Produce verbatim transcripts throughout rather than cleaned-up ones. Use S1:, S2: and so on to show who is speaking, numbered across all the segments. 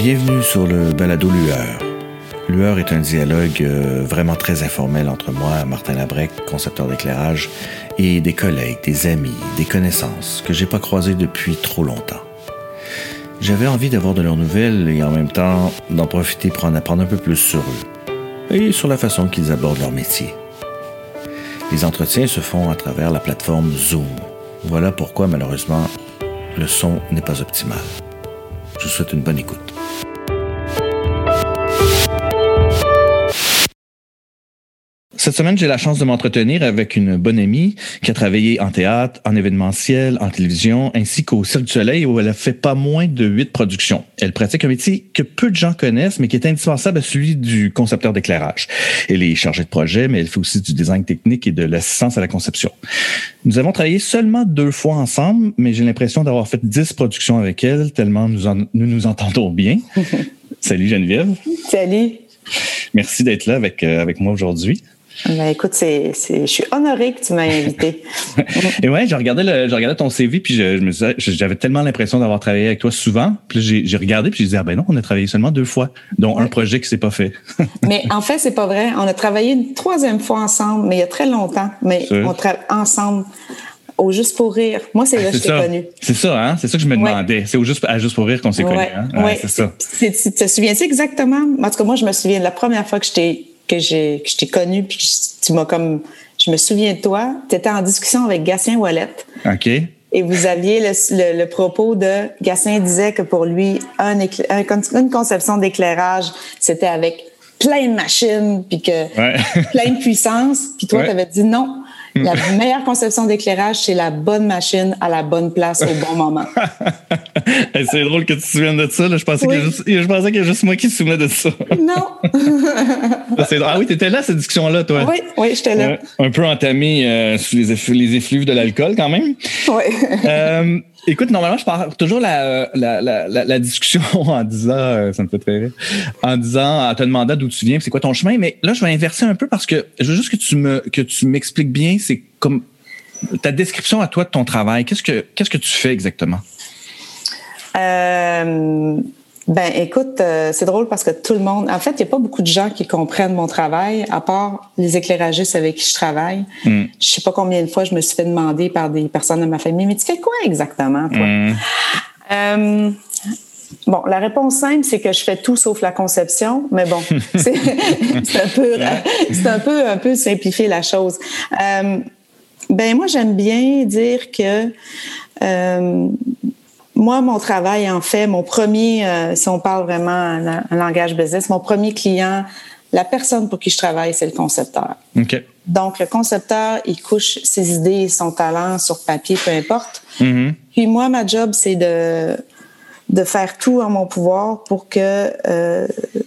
S1: Bienvenue sur le balado Lueur. Lueur est un dialogue euh, vraiment très informel entre moi, Martin Labrec, concepteur d'éclairage, et des collègues, des amis, des connaissances que j'ai pas croisés depuis trop longtemps. J'avais envie d'avoir de leurs nouvelles et en même temps d'en profiter pour en apprendre un peu plus sur eux et sur la façon qu'ils abordent leur métier. Les entretiens se font à travers la plateforme Zoom. Voilà pourquoi, malheureusement, le son n'est pas optimal. Je vous souhaite une bonne écoute. Cette semaine, j'ai la chance de m'entretenir avec une bonne amie qui a travaillé en théâtre, en événementiel, en télévision, ainsi qu'au Cirque du Soleil où elle a fait pas moins de huit productions. Elle pratique un métier que peu de gens connaissent, mais qui est indispensable à celui du concepteur d'éclairage. Elle est chargée de projet, mais elle fait aussi du design technique et de l'assistance à la conception. Nous avons travaillé seulement deux fois ensemble, mais j'ai l'impression d'avoir fait dix productions avec elle, tellement nous en, nous, nous entendons bien. Salut Geneviève.
S2: Salut.
S1: Merci d'être là avec, euh, avec moi aujourd'hui.
S2: Ben écoute, c'est, c'est, je suis honorée que tu m'aies invité.
S1: Et ouais, j'ai regardé le, j'ai regardé ton C V puis je, je me disais, j'avais tellement l'impression d'avoir travaillé avec toi souvent. Puis j'ai, j'ai regardé puis j'ai dit ah ben non, on a travaillé seulement deux fois, dont ouais. un projet qui s'est pas fait.
S2: Mais en fait, c'est pas vrai. On a travaillé une troisième fois ensemble, mais il y a très longtemps. Mais c'est on travaille ensemble. Au Juste pour rire. Moi, c'est là que je t'ai connu.
S1: C'est ça, hein? C'est ça que je me demandais. Ouais. C'est au juste, à Juste pour rire qu'on s'est
S2: ouais.
S1: connus, hein? Ouais,
S2: ouais.
S1: c'est ça.
S2: C'est, c'est, te souviens-tu exactement? En tout cas, moi, je me souviens de la première fois que je t'ai que j'ai que je t'ai connu puis tu m'as comme je me souviens de toi, tu étais en discussion avec Gatien Ouellet.
S1: OK.
S2: Et vous aviez le, le, le propos de Gatien disait que pour lui un, écla- un une conception d'éclairage, c'était avec plein de machines puis que ouais. plein de puissance, puis toi ouais. tu avais dit non. La meilleure conception d'éclairage, c'est la bonne machine à la bonne place au bon moment.
S1: Hey, c'est drôle que tu te souviennes de ça. Là. Je, pensais oui. qu'il y a juste, je pensais qu'il y a juste moi qui me souvenais de ça.
S2: Non.
S1: c'est ah oui, tu étais là, cette discussion-là, toi?
S2: Oui, oui, j'étais là.
S1: Euh, un peu entamé euh, sous les, eff- les effluves de l'alcool, quand même.
S2: Oui.
S1: euh, écoute, normalement, je pars toujours la, la, la, la, la discussion en disant, euh, ça me fait très rire, en disant, en te demandant d'où tu viens, c'est quoi ton chemin. Mais là, je vais inverser un peu parce que je veux juste que tu me que tu m'expliques bien, c'est comme ta description à toi de ton travail. Qu'est-ce que qu'est-ce que tu fais exactement?
S2: Euh, ben, écoute, euh, c'est drôle parce que tout le monde... En fait, il n'y a pas beaucoup de gens qui comprennent mon travail, à part les éclairagistes avec qui je travaille. Mm. Je sais pas combien de fois je me suis fait demander par des personnes de ma famille, mais tu fais quoi exactement, toi? Mm. Euh, bon, la réponse simple, c'est que je fais tout sauf la conception, mais bon, c'est, c'est un peu, c'est un peu, un peu simplifier la chose. Euh, ben, moi, j'aime bien dire que... Euh, Moi, mon travail, en fait, mon premier, euh, si on parle vraiment un, un langage business, mon premier client, la personne pour qui je travaille, c'est le concepteur.
S1: OK.
S2: Donc, le concepteur, il couche ses idées, son talent sur papier, peu importe. Mm-hmm. Puis moi, ma job, c'est de, de faire tout en mon pouvoir pour que euh,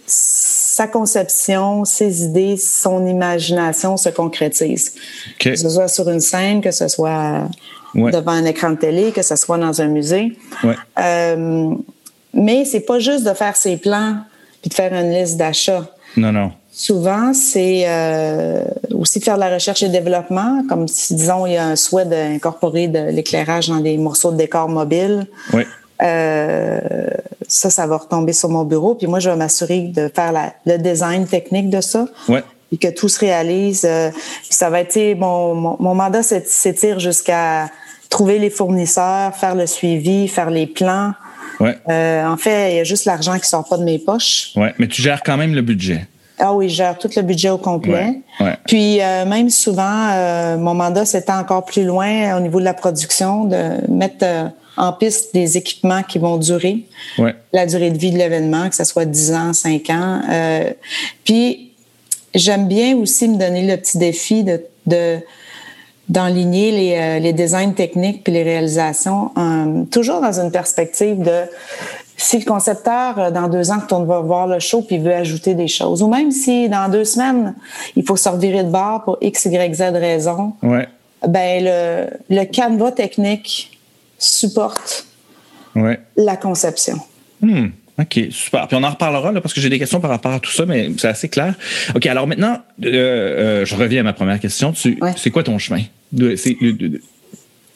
S2: sa conception, ses idées, son imagination se concrétisent. Okay. Que ce soit sur une scène, que ce soit... Ouais. devant un écran de télé, que ce soit dans un musée. Ouais. Euh, mais c'est pas juste de faire ses plans puis de faire une liste d'achats.
S1: Non, non.
S2: Souvent, c'est euh, aussi de faire de la recherche et développement, comme si, disons, il y a un souhait d'incorporer de l'éclairage dans des morceaux de décor mobile. Ouais. Euh, ça, ça va retomber sur mon bureau. Puis moi, je vais m'assurer de faire la, le design technique de ça. Ouais. Et que tout se réalise. Euh, puis ça va être, mon, mon, mon mandat s'étire jusqu'à trouver les fournisseurs, faire le suivi, faire les plans. Ouais. Euh, en fait, il y a juste l'argent qui sort pas de mes poches.
S1: Ouais, mais tu gères quand même le budget.
S2: Ah oui, je gère tout le budget au complet. Ouais. Ouais. Puis euh, même souvent, euh, mon mandat s'étend encore plus loin au niveau de la production, de mettre euh, en piste des équipements qui vont durer. Ouais. La durée de vie de l'événement, que ce soit dix ans, cinq ans. Euh, puis j'aime bien aussi me donner le petit défi de, de d'enligner les, euh, les designs techniques puis les réalisations, euh, toujours dans une perspective de si le concepteur, euh, dans deux ans, retourne voir le show puis veut ajouter des choses, ou même si dans deux semaines, il faut se revirer de bord pour X, Y, Z raison, ouais. ben le, le canevas technique supporte ouais. la conception.
S1: Hmm. OK, super. Puis on en reparlera là parce que j'ai des questions par rapport à tout ça, mais c'est assez clair. OK, alors maintenant, euh, euh, je reviens à ma première question. Tu, ouais. C'est quoi ton chemin? De, c'est, de, de,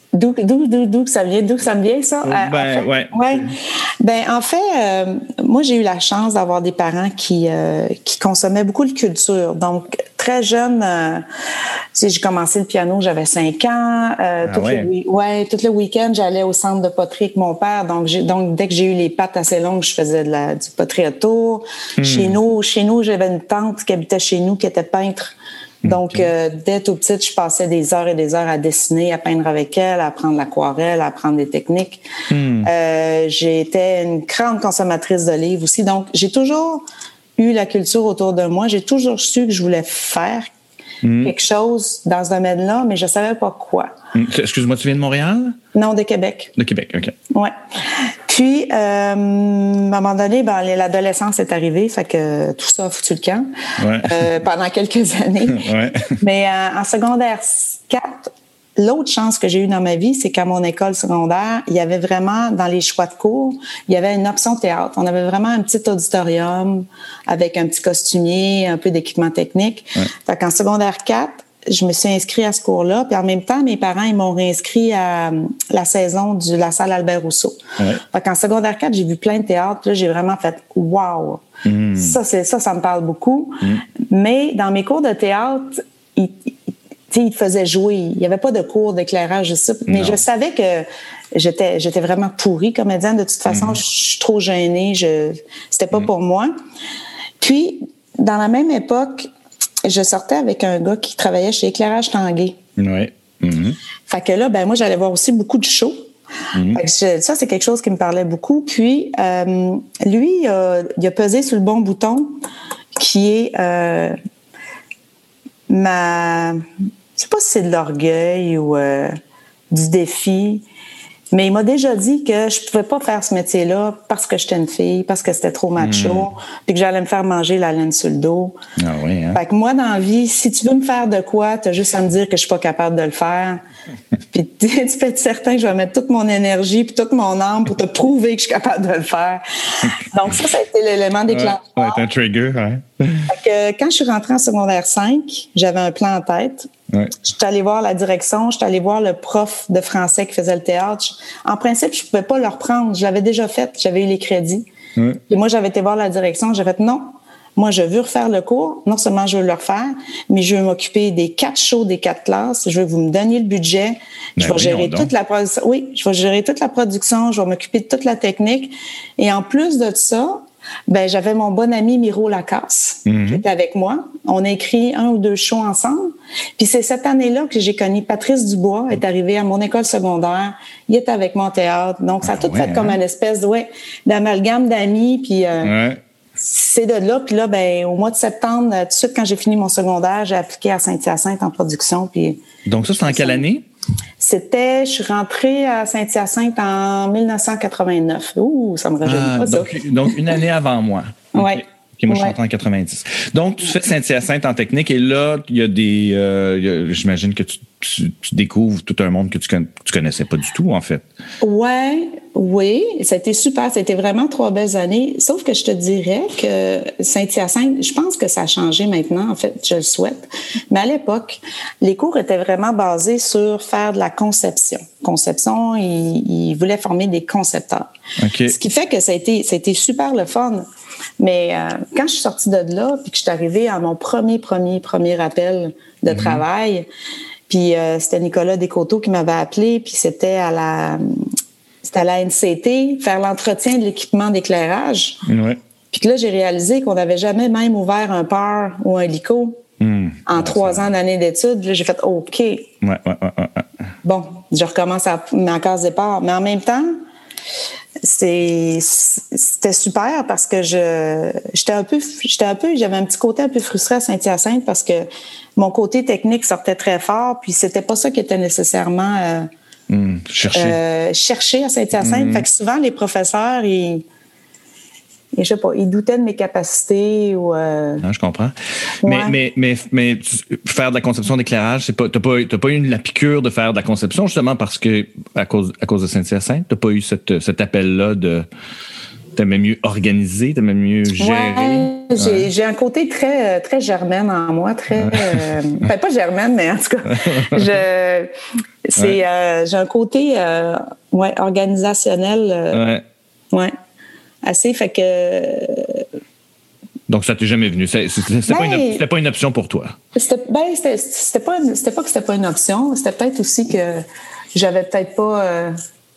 S2: D'où, d'où, d'où, d'où que ça vient, d'où que ça me vient, ça?
S1: Ben,
S2: en fait,
S1: ouais.
S2: ouais. Ben, en fait, euh, moi, j'ai eu la chance d'avoir des parents qui, euh, qui consommaient beaucoup de culture. Donc, très jeune, euh, tu sais, j'ai commencé le piano, j'avais cinq ans. Euh,
S1: ah
S2: tout,
S1: ouais.
S2: le, ouais, tout le week-end, j'allais au centre de poterie avec mon père. Donc, j'ai, donc dès que j'ai eu les pattes assez longues, je faisais de la, du poterie autour. Hmm. Chez nous, chez nous, j'avais une tante qui habitait chez nous, qui était peintre. Donc, okay. euh, dès tout petite, je passais des heures et des heures à dessiner, à peindre avec elle, à apprendre l'aquarelle, à apprendre des techniques. Mm. Euh, j'étais une grande consommatrice de livres aussi. Donc, j'ai toujours eu la culture autour de moi. J'ai toujours su que je voulais faire mm. quelque chose dans ce domaine-là, mais je savais pas quoi.
S1: Mm. Excuse-moi, tu viens de Montréal?
S2: Non, de Québec.
S1: De Québec, OK.
S2: Ouais. Puis, euh, à un moment donné, ben, l'adolescence est arrivée, fait que tout ça a foutu le camp ouais. euh, pendant quelques années. ouais. Mais euh, en secondaire quatre, l'autre chance que j'ai eue dans ma vie, c'est qu'à mon école secondaire, il y avait vraiment, dans les choix de cours, il y avait une option théâtre. On avait vraiment un petit auditorium avec un petit costumier, un peu d'équipement technique. Ouais. Fait qu'en secondaire quatre, je me suis inscrite à ce cours-là, puis en même temps, mes parents, ils m'ont réinscrit à la saison de la salle Albert Rousseau. Ouais. Fait qu'en secondaire quatre, j'ai vu plein de théâtres, puis là, j'ai vraiment fait « wow! Mm. » Ça, c'est ça, ça me parle beaucoup. Mm. Mais dans mes cours de théâtre, ils, ils, ils te faisaient jouer. Il n'y avait pas de cours d'éclairage, ça. Mais non. Je savais que j'étais, j'étais vraiment pourrie comédienne. De toute façon, mm. je suis trop gênée. Je, c'était pas mm. pour moi. Puis, dans la même époque, je sortais avec un gars qui travaillait chez Éclairage Tanguay.
S1: Oui. Mm-hmm.
S2: Fait que là, ben moi, j'allais voir aussi beaucoup de shows. Mm-hmm. Fait que je, ça, c'est quelque chose qui me parlait beaucoup. Puis, euh, lui, il a, il a pesé sur le bon bouton qui est euh, ma... Je sais pas si c'est de l'orgueil ou euh, du défi, mais il m'a déjà dit que je pouvais pas faire ce métier-là parce que j'étais une fille, parce que c'était trop macho, mmh. puis que j'allais me faire manger la laine sur le dos.
S1: Ah oui, hein?
S2: Fait que moi, dans la vie, si tu veux me faire de quoi, t'as juste à me dire que je suis pas capable de le faire. Puis tu peux être certain que je vais mettre toute mon énergie puis toute mon âme pour te prouver que je suis capable de le faire. Donc ça, ça a été l'élément déclencheur.
S1: Ouais, ouais, c'est un trigger, ouais.
S2: Fait que quand je suis rentrée en secondaire cinq, j'avais un plan en tête. Ouais. Je suis allée voir la direction, je suis allée voir le prof de français qui faisait le théâtre. En principe, je pouvais pas le reprendre. Je l'avais déjà fait, j'avais eu les crédits. Ouais. Et moi, j'avais été voir la direction, j'avais fait non. Moi, je veux refaire le cours. Non seulement je veux le refaire, mais je veux m'occuper des quatre shows, des quatre classes. Je veux que vous me donniez le budget. Je ben vais gérer donc. toute la production. Oui, je vais gérer toute la production. Je vais m'occuper de toute la technique. Et en plus de ça, ben j'avais mon bon ami Miro Lacasse mm-hmm. qui était avec moi. On a écrit un ou deux shows ensemble. Puis c'est cette année-là que j'ai connu Patrice Dubois, est arrivé à mon école secondaire. Il était avec moi au théâtre. Donc ça a ah, tout ouais, fait hein? comme une espèce de ouais, d'amalgame d'amis. Puis euh, ouais. c'est de là. Puis là, ben au mois de septembre, tout de suite quand j'ai fini mon secondaire, j'ai appliqué à Saint-Hyacinthe en production. Puis
S1: donc ça, c'était en quelle année?
S2: C'était, je suis rentrée à Saint-Hyacinthe en dix-neuf cent quatre-vingt-neuf. Ouh, ça me rajeunit ah, pas
S1: donc,
S2: ça.
S1: Donc, une année avant moi.
S2: Oui.
S1: Okay. Okay, moi, je suis rentrée en quatre-vingt-dix. Donc, tu fais Saint-Hyacinthe en technique et là, il y a des... Euh, y a, j'imagine que tu, tu, tu découvres tout un monde que tu, tu connaissais pas du tout, en fait.
S2: Ouais, oui. Ça a été super. Ça a été vraiment trois belles années. Sauf que je te dirais que Saint-Hyacinthe, je pense que ça a changé maintenant, en fait, je le souhaite. Mais à l'époque, les cours étaient vraiment basés sur faire de la conception. Conception, ils, ils voulaient former des concepteurs.
S1: Okay.
S2: Ce qui fait que ça a été, ça a été super le fun. Mais euh, quand je suis sortie de là, puis que je suis arrivée à mon premier, premier, premier appel de mm-hmm. travail, puis euh, c'était Nicolas Descoteaux qui m'avait appelé, puis c'était à la, c'était à la N C T, faire l'entretien de l'équipement d'éclairage.
S1: Ouais.
S2: Puis que là, j'ai réalisé qu'on n'avait jamais même ouvert un P A R ou un LICO mm. en ouais, trois ça... ans d'années d'études. Là, j'ai fait OK.
S1: Ouais, ouais, ouais, ouais.
S2: Bon, je recommence à ma case départ. Mais en même temps, c'est c'était super parce que je j'étais un peu j'étais un peu j'avais un petit côté un peu frustré à Saint-Hyacinthe parce que mon côté technique sortait très fort puis c'était pas ça qui était nécessairement euh,
S1: mmh, cherché
S2: euh, cherché à Saint-Hyacinthe. Mmh. Fait que souvent les professeurs ils Et je sais pas, ils doutaient de mes capacités ou. Euh...
S1: Non, je comprends.
S2: Ouais.
S1: Mais, mais, mais, mais faire de la conception d'éclairage, c'est pas, t'as pas, t'as pas eu la piqûre de faire de la conception justement parce que à cause, à cause de Saint-Hyacinthe, t'as pas eu cette, cet appel-là de. T'aimais mieux organiser, t'aimais mieux gérer.
S2: Ouais, j'ai, ouais. j'ai un côté très, très germaine en moi, très, euh, enfin, pas germaine, mais en tout cas, je, c'est, ouais. euh, j'ai un côté, euh, ouais, organisationnel, euh, ouais. ouais, assez, fait que.
S1: Donc, ça t'est jamais venu. C'était, c'était, ben, pas, une, c'était pas une option pour toi.
S2: C'était, ben, c'était, c'était pas, c'était pas que c'était pas une option. C'était peut-être aussi que j'avais peut-être pas, euh,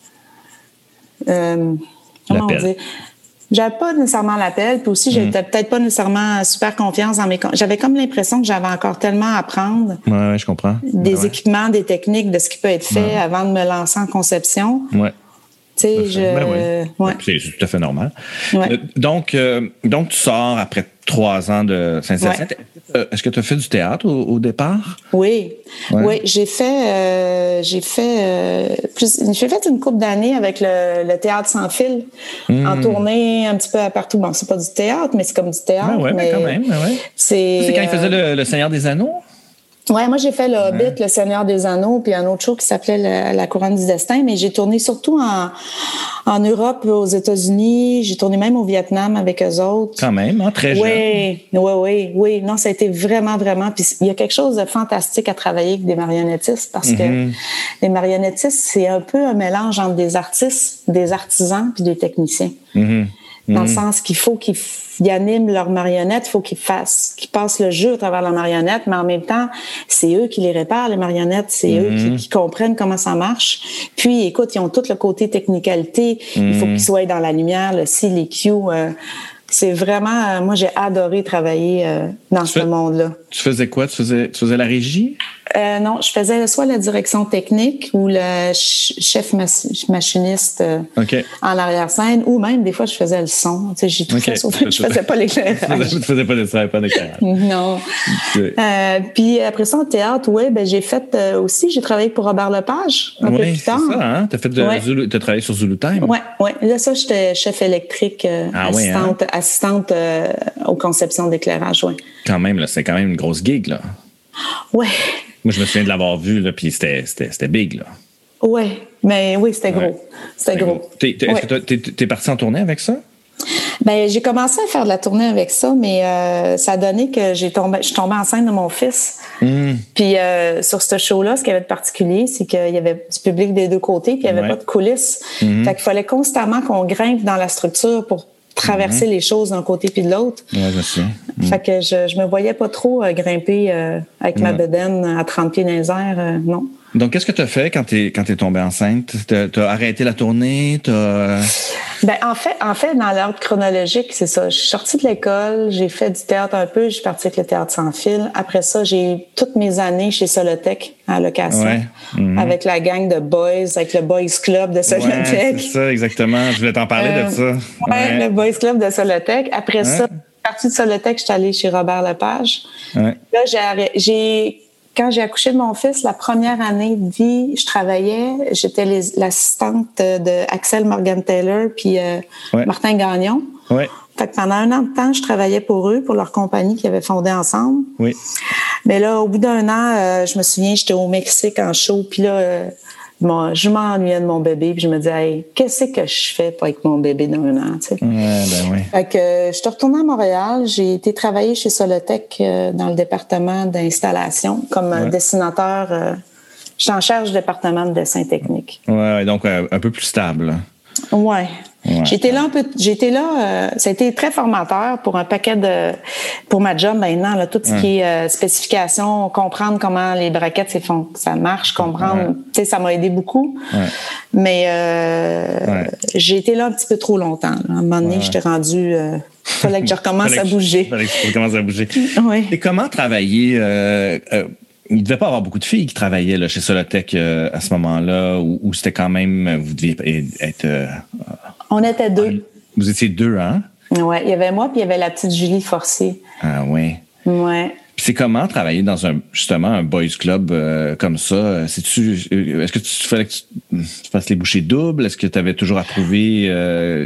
S2: euh, comment on dit? J'avais pas nécessairement l'appel, puis aussi, j'étais mmh. peut-être pas nécessairement super confiance dans mes... J'avais comme l'impression que j'avais encore tellement à apprendre.
S1: Oui, ouais, je comprends.
S2: Des
S1: ouais.
S2: équipements, des techniques, de ce qui peut être fait ouais. avant de me lancer en conception.
S1: Oui.
S2: Tu sais, je...
S1: Ben oui. ouais. C'est, c'est tout à fait normal. Ouais. Donc, euh, donc, tu sors après trois ans de Saint-Hyacinthe. Ouais. Est-ce que tu as fait du théâtre au, au départ?
S2: Oui. Ouais. Oui, j'ai fait... Euh, j'ai fait... Euh, plus, j'ai fait une couple d'années avec le, le Théâtre sans fil, mmh. en tournée un petit peu partout. Bon, c'est pas du théâtre, mais c'est comme du théâtre.
S1: Oui,
S2: mais
S1: quand même. Ouais.
S2: C'est,
S1: c'est quand il faisait le, le Seigneur des Anneaux?
S2: Ouais, moi j'ai fait le Hobbit, ouais. le Seigneur des Anneaux, puis un autre show qui s'appelait la, la Couronne du Destin, mais j'ai tourné surtout en, en Europe, aux États-Unis, j'ai tourné même au Vietnam avec eux autres.
S1: Quand même, hein, très jeune.
S2: Oui, oui, oui, oui. Non, ça a été vraiment, vraiment. Puis il y a quelque chose de fantastique à travailler avec des marionnettistes parce mm-hmm. que les marionnettistes, c'est un peu un mélange entre des artistes, des artisans puis des techniciens. Mm-hmm. Dans mmh. le sens qu'il faut qu'ils ils animent leur marionnette, il faut qu'ils fassent, qu'ils passent le jeu à travers la marionnette, mais en même temps, c'est eux qui les réparent, les marionnettes, c'est mmh. eux qui, qui comprennent comment ça marche. Puis, écoute, ils ont tout le côté technicalité, mmh. il faut qu'ils soient dans la lumière, le ci, les Q. Euh, c'est vraiment, euh, moi, j'ai adoré travailler euh, dans tu ce fais, monde-là.
S1: Tu faisais quoi? Tu faisais, tu faisais la régie?
S2: Euh, non, je faisais soit la direction technique ou le chef machiniste euh, okay. en arrière-scène, ou même des fois je faisais le son. Tu sais, j'ai tout okay. fait, sauf que je faisais pas l'éclairage.
S1: Tu faisais pas l'éclairage, pas d'éclairage.
S2: Non. Okay. Euh, puis après ça, en théâtre, ouais, ben j'ai fait euh, aussi, j'ai travaillé pour Robert Lepage un oui, peu plus tard.
S1: C'est ça, hein? T'as fait de
S2: ouais.
S1: Zulu, t'as travaillé sur Zulu Time.
S2: Ouais, ouais. Là, ça, j'étais chef électrique, euh, ah, assistante, ouais, hein? assistante euh, aux conceptions d'éclairage, ouais.
S1: Quand même, là, c'est quand même une grosse gig, là.
S2: Ouais.
S1: Moi, je me souviens de l'avoir vu, là, puis c'était, c'était, c'était big, là.
S2: Oui, mais oui, c'était ouais. gros. C'était, c'était gros. gros.
S1: T'es, t'es, ouais. Est-ce que t'es, t'es partie en tournée avec ça?
S2: Ben, j'ai commencé à faire de la tournée avec ça, mais euh, ça a donné que j'ai tombé, je suis tombée enceinte de mon fils. Mm. Puis euh, sur ce show-là, ce qu'il y avait de particulier, c'est qu'il y avait du public des deux côtés, puis il n'y avait ouais. pas de coulisses. Mm-hmm. Fait qu'il fallait constamment qu'on grimpe dans la structure pour traverser mm-hmm. les choses d'un côté puis de l'autre.
S1: Ouais, je sais. Mm.
S2: Fait que je, je me voyais pas trop euh, grimper euh, avec mm. ma bedaine à trente pieds dans les airs, euh, non.
S1: Donc, qu'est-ce que tu as fait quand tu es quand t'es tombée enceinte? Tu as arrêté la tournée? T'as...
S2: Ben, en fait, en fait, dans l'ordre chronologique, c'est ça. Je suis sortie de l'école, j'ai fait du théâtre un peu, je suis partie avec le théâtre sans fil. Après ça, j'ai eu toutes mes années chez Solotech à location, ouais. mm-hmm. avec la gang de boys, avec le Boys Club de Solotech.
S1: Ouais, c'est ça, exactement. Je voulais t'en parler euh, de ça.
S2: Ouais, ouais, le Boys Club de Solotech. Après ouais. ça, partie de Solotech, je suis allée chez Robert Lepage. Ouais. Là, j'ai, arrêt... j'ai quand j'ai accouché de mon fils, la première année de vie, je travaillais, j'étais les, l'assistante de Axel Morgan-Taylor puis euh, ouais. Martin Gagnon.
S1: Ouais.
S2: Fait que pendant un an de temps, je travaillais pour eux, pour leur compagnie qu'ils avaient fondée ensemble.
S1: Oui.
S2: Mais là, au bout d'un an, euh, je me souviens, j'étais au Mexique en show, puis là, euh, bon, je m'ennuyais de mon bébé, puis je me disais, hey, qu'est-ce que je fais pas avec mon bébé dans un an, tu sais.
S1: Ouais, ben oui.
S2: Fait que euh, je suis retournée à Montréal, j'ai été travailler chez Solotech euh, dans le département d'installation comme ouais. dessinateur. Euh, je suis en charge du département de dessin technique.
S1: Ouais, donc euh, un peu plus stable.
S2: Ouais. Ouais. J'ai été là un peu, j'ai été là, euh, ça a été très formateur pour un paquet de, pour ma job maintenant, là, tout ce ouais. qui est euh, spécification, comprendre comment les braquettes c'est font, ça marche, comprendre, ouais. tu sais, ça m'a aidé beaucoup. Ouais. Mais euh, ouais. j'ai été là un petit peu trop longtemps. Là. À un moment donné, ouais. j'étais rendue, euh, fallait que je recommence
S1: fallait
S2: à bouger.
S1: Que, fallait que je recommence à bouger.
S2: Oui.
S1: Et comment travailler? Euh, euh, il ne devait pas avoir beaucoup de filles qui travaillaient là, chez Solotech euh, à ce moment-là, où, où c'était quand même, vous deviez être. Euh,
S2: On était deux.
S1: Vous étiez deux, hein? Oui,
S2: il y avait moi, puis il y avait la petite Julie Forcier.
S1: Ah oui.
S2: Oui.
S1: Puis c'est comment travailler dans un justement un boys club euh, comme ça? C'est-tu, est-ce que tu fallait que tu, tu fasses les bouchées doubles? Est-ce que tu avais toujours approuvé? Euh,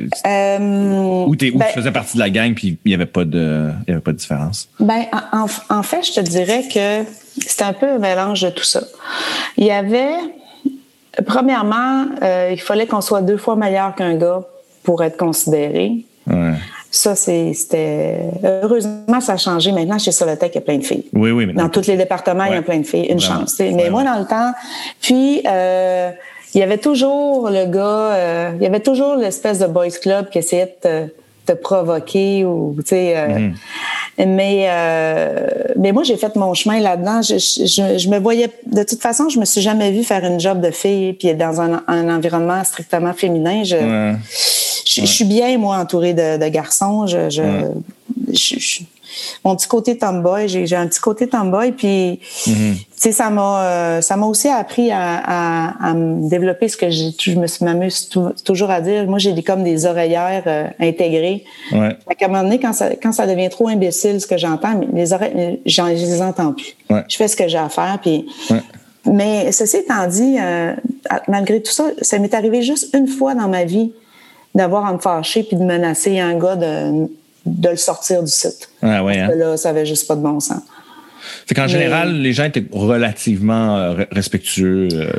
S1: euh, ou t'es, ou ben, tu faisais partie de la gang puis il n'y avait pas de, il y avait pas de différence?
S2: Ben en, en fait, je te dirais que c'était un peu un mélange de tout ça. Il y avait, premièrement, euh, il fallait qu'on soit deux fois meilleur qu'un gars pour être considéré.
S1: Ouais.
S2: Ça, c'est, c'était... Heureusement, ça a changé. Maintenant, chez Solotech, il y a plein de filles.
S1: Oui, oui.
S2: Dans tous les départements, ouais. il y a plein de filles. Une Vraiment. chance. T'sais. Mais ouais, moi, ouais. dans le temps... Puis, euh, il y avait toujours le gars... Euh, il y avait toujours l'espèce de boys club qui essayait de te, te provoquer ou, tu sais... Euh, mm-hmm. Mais, euh, mais moi, j'ai fait mon chemin là-dedans. Je, je, je me voyais... De toute façon, je me suis jamais vue faire une job de fille puis être dans un, un environnement strictement féminin. Je... Ouais. Je, ouais. je suis bien, moi, entourée de, de garçons. Je, je, ouais. je, je, mon petit côté tomboy, j'ai, j'ai un petit côté tomboy, puis mm-hmm. tu sais, ça m'a, euh, ça m'a aussi appris à, à, à me développer ce que j'ai, je me m'amuse tout, toujours à dire. Moi, j'ai des, comme des oreillères euh, intégrées.
S1: Ouais.
S2: À un moment donné, quand ça, quand ça devient trop imbécile, ce que j'entends, les oreilles, je les entends plus.
S1: Ouais.
S2: Je fais ce que j'ai à faire, puis.
S1: Ouais.
S2: Mais ceci étant dit, euh, malgré tout ça, ça m'est arrivé juste une fois dans ma vie d'avoir à me fâcher puis de menacer un gars de, de le sortir du site.
S1: Ah ouais, hein?
S2: Parce que là, ça avait juste pas de bon sens.
S1: C'est qu'en Mais... général, les gens étaient relativement euh, respectueux. Euh...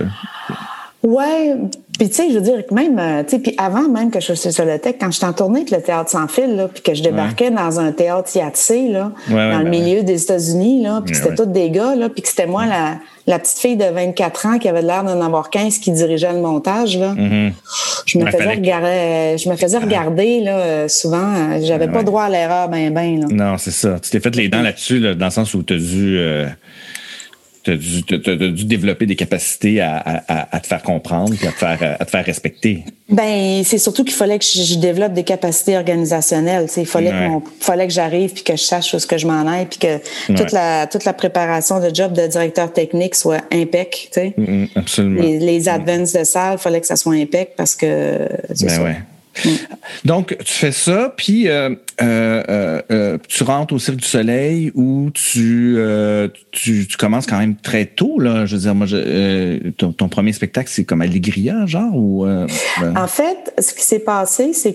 S2: Ouais, puis tu sais, je veux dire, même, tu sais, puis avant même que je sois sur le tech, quand j'étais en tournée avec le Théâtre sans fil, là, puis que je débarquais ouais. dans un théâtre I A T C, là, ouais, ouais, dans ben le milieu ouais. des États-Unis, là, puis ouais, c'était ouais. tous des gars, là, puis que c'était moi, la, la petite fille de vingt-quatre ans qui avait l'air d'en avoir quinze qui dirigeait le montage, là.
S1: Mm-hmm.
S2: Je me ben, faisais regarder, je me faisais regarder, là, souvent, j'avais ouais, pas ouais. droit à l'erreur ben ben, là.
S1: Non, c'est ça. Tu t'es fait les dents là-dessus, là, dans le sens où t'as dû... Euh... Tu as dû, t'as, t'as dû développer des capacités à, à, à te faire comprendre et à te faire, à te faire respecter.
S2: Ben, c'est surtout qu'il fallait que je développe des capacités organisationnelles. Il fallait, ouais. que mon, fallait que j'arrive puis que je sache où ce que je m'en aille puis que ouais. toute, la, toute la préparation de job de directeur technique soit impec.
S1: Mm, absolument.
S2: Les, les advances mm. de salle, il fallait que ça soit impec parce que... C'est
S1: ben
S2: ça.
S1: Ouais. Mm. Donc, tu fais ça, puis euh, euh, euh, tu rentres au Cirque du Soleil où tu, euh, tu, tu commences quand même très tôt, là. Je veux dire, moi, je, euh, ton, ton premier spectacle, c'est comme Allegria, genre? Ou, euh, ben...
S2: En fait, ce qui s'est passé, c'est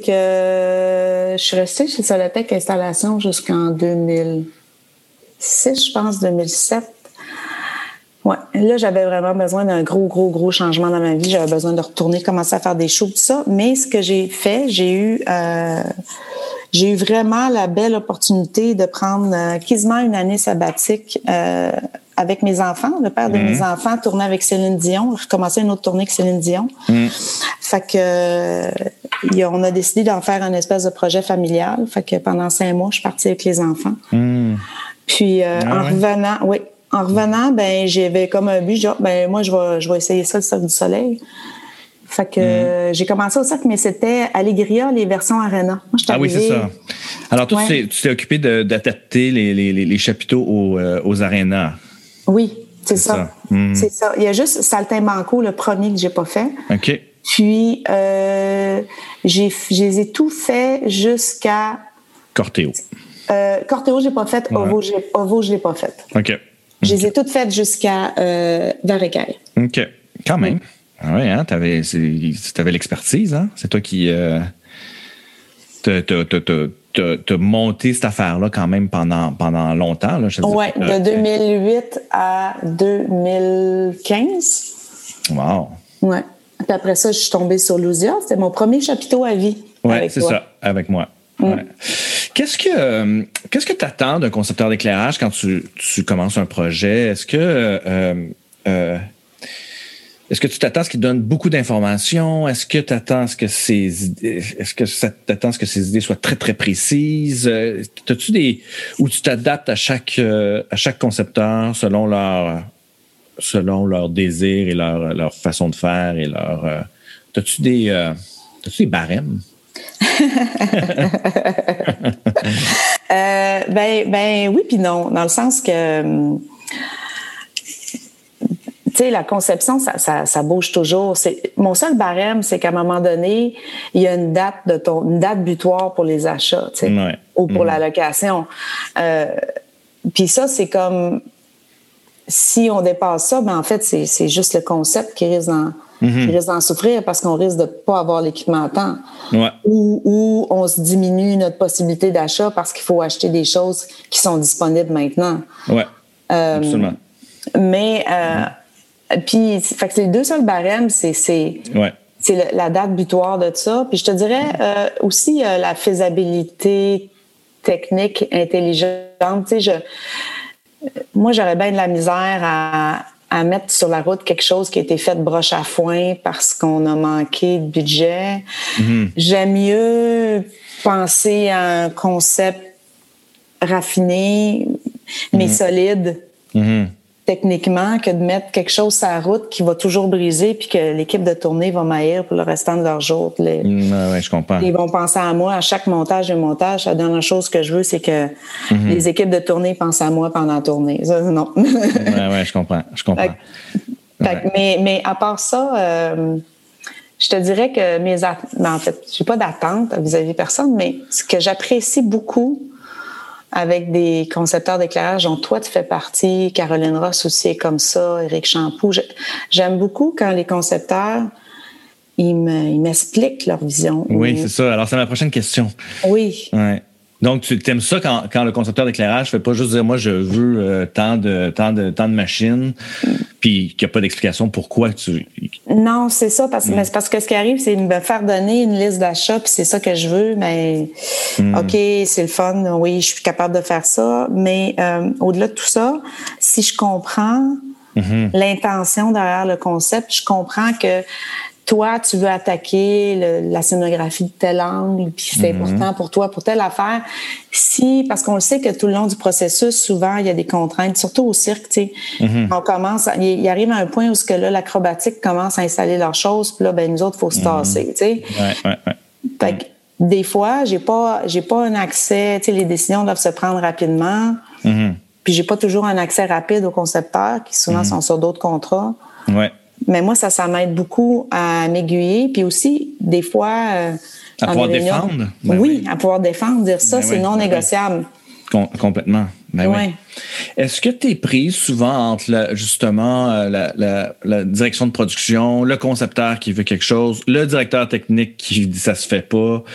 S2: que je suis restée chez Solotech Installation jusqu'en deux mille six, je pense, deux mille sept. Ouais, là, j'avais vraiment besoin d'un gros, gros, gros changement dans ma vie. J'avais besoin de retourner, commencer à faire des shows, tout ça. Mais ce que j'ai fait, j'ai eu, euh, j'ai eu vraiment la belle opportunité de prendre euh, quasiment une année sabbatique euh, avec mes enfants. Le père de mmh. mes enfants tournait avec Céline Dion, recommençait une autre tournée avec Céline Dion. Mmh. Fait que, euh, on a décidé d'en faire un espèce de projet familial. Fait que pendant cinq mois, je suis partie avec les enfants. Mmh. Puis, euh, ah, en ouais. revenant, oui. En revenant, ben j'avais comme un but, genre, ben moi je vais, je vais essayer ça le Cirque du Soleil. Fait que mm. euh, j'ai commencé au Cirque, mais c'était Allegria, les versions Arena. Moi,
S1: ah oui, c'est ça. Alors toi, ouais. tu t'es occupé de, d'adapter les, les, les chapiteaux aux, euh, aux arénas.
S2: Oui, c'est, c'est ça. ça. Mm. C'est ça. Il y a juste Saltimbanco, le premier que j'ai pas fait.
S1: OK.
S2: Puis euh, j'ai, je les ai tout fait jusqu'à
S1: Cortéo.
S2: Euh, Cortéo, j'ai pas fait. Ouais. Ovo, j'ai, Ovo, je l'ai pas fait.
S1: OK.
S2: Je les ai toutes faites jusqu'à euh, Varecaille.
S1: OK. Quand même. Ah oui, hein, t'avais, t'avais l'expertise, hein? C'est toi qui euh, t'as, t'as, t'as, t'as, t'as monté cette affaire-là quand même pendant, pendant longtemps.
S2: Oui, de deux mille huit à deux mille quinze.
S1: Wow.
S2: Oui. Puis après ça, je suis tombée sur Lousia. C'était mon premier chapiteau à vie.
S1: Oui, c'est toi. Ça, avec moi. Mm. Ouais. Qu'est-ce que euh, qu'est-ce que tu attends d'un concepteur d'éclairage quand tu, tu commences un projet? Est-ce que euh, euh, est-ce que tu t'attends à ce qu'il donne beaucoup d'informations? Est-ce que tu attends à ce que ces idées, est-ce que ça t'attends à ce que ces idées soient très très précises? T'as-tu des ou tu t'adaptes à chaque euh, à chaque concepteur selon leur selon leur désir et leur leur façon de faire et leur euh, t'as-tu des euh, t'as-tu des barèmes?
S2: euh, ben, ben oui puis non, dans le sens que tu sais, la conception, ça, ça, ça bouge toujours. C'est, mon seul barème, c'est qu'à un moment donné, il y a une date de ton, une date butoir pour les achats, tu sais, ouais. ou pour mmh. la location. Euh, puis ça, c'est comme si on dépasse ça, ben en fait, c'est, c'est juste le concept qui risque d'en, mmh. qui risque d'en souffrir parce qu'on risque de pas avoir l'équipement à temps.
S1: Ouais.
S2: Ou, ou on se diminue notre possibilité d'achat parce qu'il faut acheter des choses qui sont disponibles maintenant.
S1: Ouais. Euh, Absolument.
S2: Mais euh, mmh. Puis, fait que les deux seuls barèmes, c'est, c'est,
S1: ouais.
S2: c'est le, la date butoir de ça. Puis je te dirais euh, aussi euh, la faisabilité technique intelligente. Tu sais, je, moi, j'aurais bien de la misère à, à mettre sur la route quelque chose qui a été fait de broche à foin parce qu'on a manqué de budget. Mm-hmm. J'aime mieux penser à un concept raffiné, mais mm-hmm. solide. Mm-hmm. Techniquement, que de mettre quelque chose sur la route qui va toujours briser puis que l'équipe de tournée va m'haïr pour le restant de leur jour. Les,
S1: mmh, ouais, je comprends.
S2: Ils vont penser à moi à chaque montage et montage. La dernière chose que je veux, c'est que mmh. les équipes de tournée pensent à moi pendant la tournée. Ça, non.
S1: ouais, ouais, je comprends. Je comprends.
S2: Fait, ouais. fait, mais, mais à part ça, euh, je te dirais que mes attentes, en fait, j'ai pas d'attente vis-à-vis de personne, mais ce que j'apprécie beaucoup avec des concepteurs d'éclairage dont toi, tu fais partie, Caroline Ross aussi est comme ça, Éric Champoux. J'aime beaucoup quand les concepteurs, ils, me, ils m'expliquent leur vision.
S1: Oui, c'est ça. Alors, c'est ma prochaine question.
S2: Oui.
S1: Ouais. Donc, tu aimes ça quand, quand le concepteur d'éclairage ne fait pas juste dire, moi, je veux euh, tant, de, tant, de, tant de machines, puis qu'il n'y a pas d'explication pourquoi tu...
S2: Non, c'est ça, parce, mm. mais c'est parce que ce qui arrive, c'est de me faire donner une liste d'achats, puis c'est ça que je veux, mais mm. OK, c'est le fun, oui, je suis capable de faire ça, mais euh, au-delà de tout ça, si je comprends mm-hmm. l'intention derrière le concept, je comprends que toi, tu veux attaquer le, la scénographie de tel angle, puis c'est mm-hmm. important pour toi, pour telle affaire. Si, parce qu'on le sait que tout le long du processus, souvent, il y a des contraintes, surtout au cirque, tu sais. Mm-hmm. On commence, il, il arrive à un point où ce que là, l'acrobatique commence à installer leurs choses, puis là, ben nous autres, il faut se tasser, mm-hmm. tu sais.
S1: Ouais, ouais, ouais.
S2: Fait que, des fois, j'ai pas, j'ai pas un accès, tu sais, les décisions doivent se prendre rapidement. Mm-hmm. Puis j'ai pas toujours un accès rapide aux concepteurs, qui souvent mm-hmm. sont sur d'autres contrats.
S1: Ouais.
S2: Mais moi, ça, ça m'aide beaucoup à m'aiguiller. Puis aussi, des fois... Euh,
S1: à pouvoir réunions, défendre?
S2: Ben oui, oui, à pouvoir défendre, dire ça, ben c'est oui, non ben négociable.
S1: Oui. Com- complètement. Ben oui. oui. Est-ce que tu es prise souvent entre la, justement la, la, la direction de production, le concepteur qui veut quelque chose, le directeur technique qui dit ça se fait pas,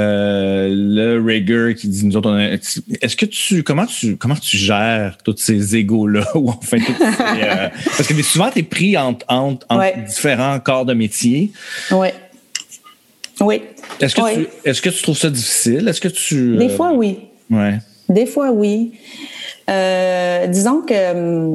S1: euh, le rigger qui dit nous autres on a... Est-ce que tu comment tu comment tu gères tous ces égos-là ou enfin toutes ces, euh... parce que souvent tu es pris entre, entre, entre ouais. différents corps de métier.
S2: Oui. Oui.
S1: Est-ce que
S2: oui.
S1: tu est-ce que tu trouves ça difficile? Est-ce que tu
S2: Des euh... fois oui.
S1: Ouais.
S2: Des fois, oui. Euh, disons que euh,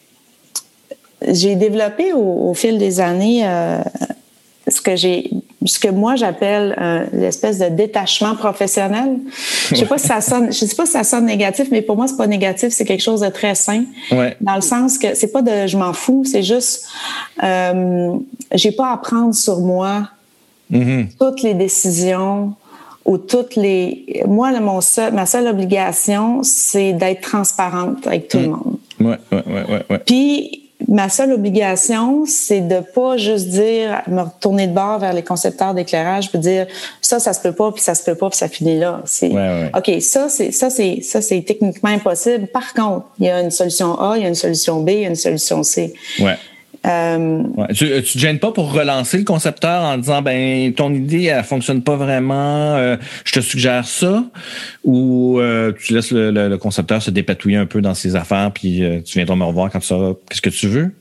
S2: j'ai développé au, au fil des années euh, ce que j'ai, ce que moi j'appelle euh, l'espèce de détachement professionnel. Je sais pas si ça sonne, je sais pas si ça sonne négatif, mais pour moi c'est pas négatif, c'est quelque chose de très sain.
S1: Ouais.
S2: Dans le sens que c'est pas de je m'en fous, c'est juste euh, j'ai pas à prendre sur moi mm-hmm. toutes les décisions. Ou toutes les... Moi, mon seul, ma seule obligation, c'est d'être transparente avec tout mmh. le monde.
S1: Ouais, ouais, ouais, ouais, ouais.
S2: Puis, ma seule obligation, c'est de pas juste dire, me retourner de bord vers les concepteurs d'éclairage, puis dire ça, ça se peut pas, puis ça se peut pas, puis ça finit là. C'est,
S1: ouais, ouais.
S2: OK, ça, c'est, ça, c'est, ça, c'est techniquement impossible. Par contre, il y a une solution A, il y a une solution B, il y a une solution C.
S1: Ouais.
S2: Euh,
S1: ouais. Tu, tu te gênes pas pour relancer le concepteur en disant ben ton idée elle fonctionne pas vraiment, euh, je te suggère ça, ou euh, tu laisses le, le, le concepteur se dépatouiller un peu dans ses affaires puis euh, tu viendras me revoir quand tu sauras qu'est-ce que tu veux?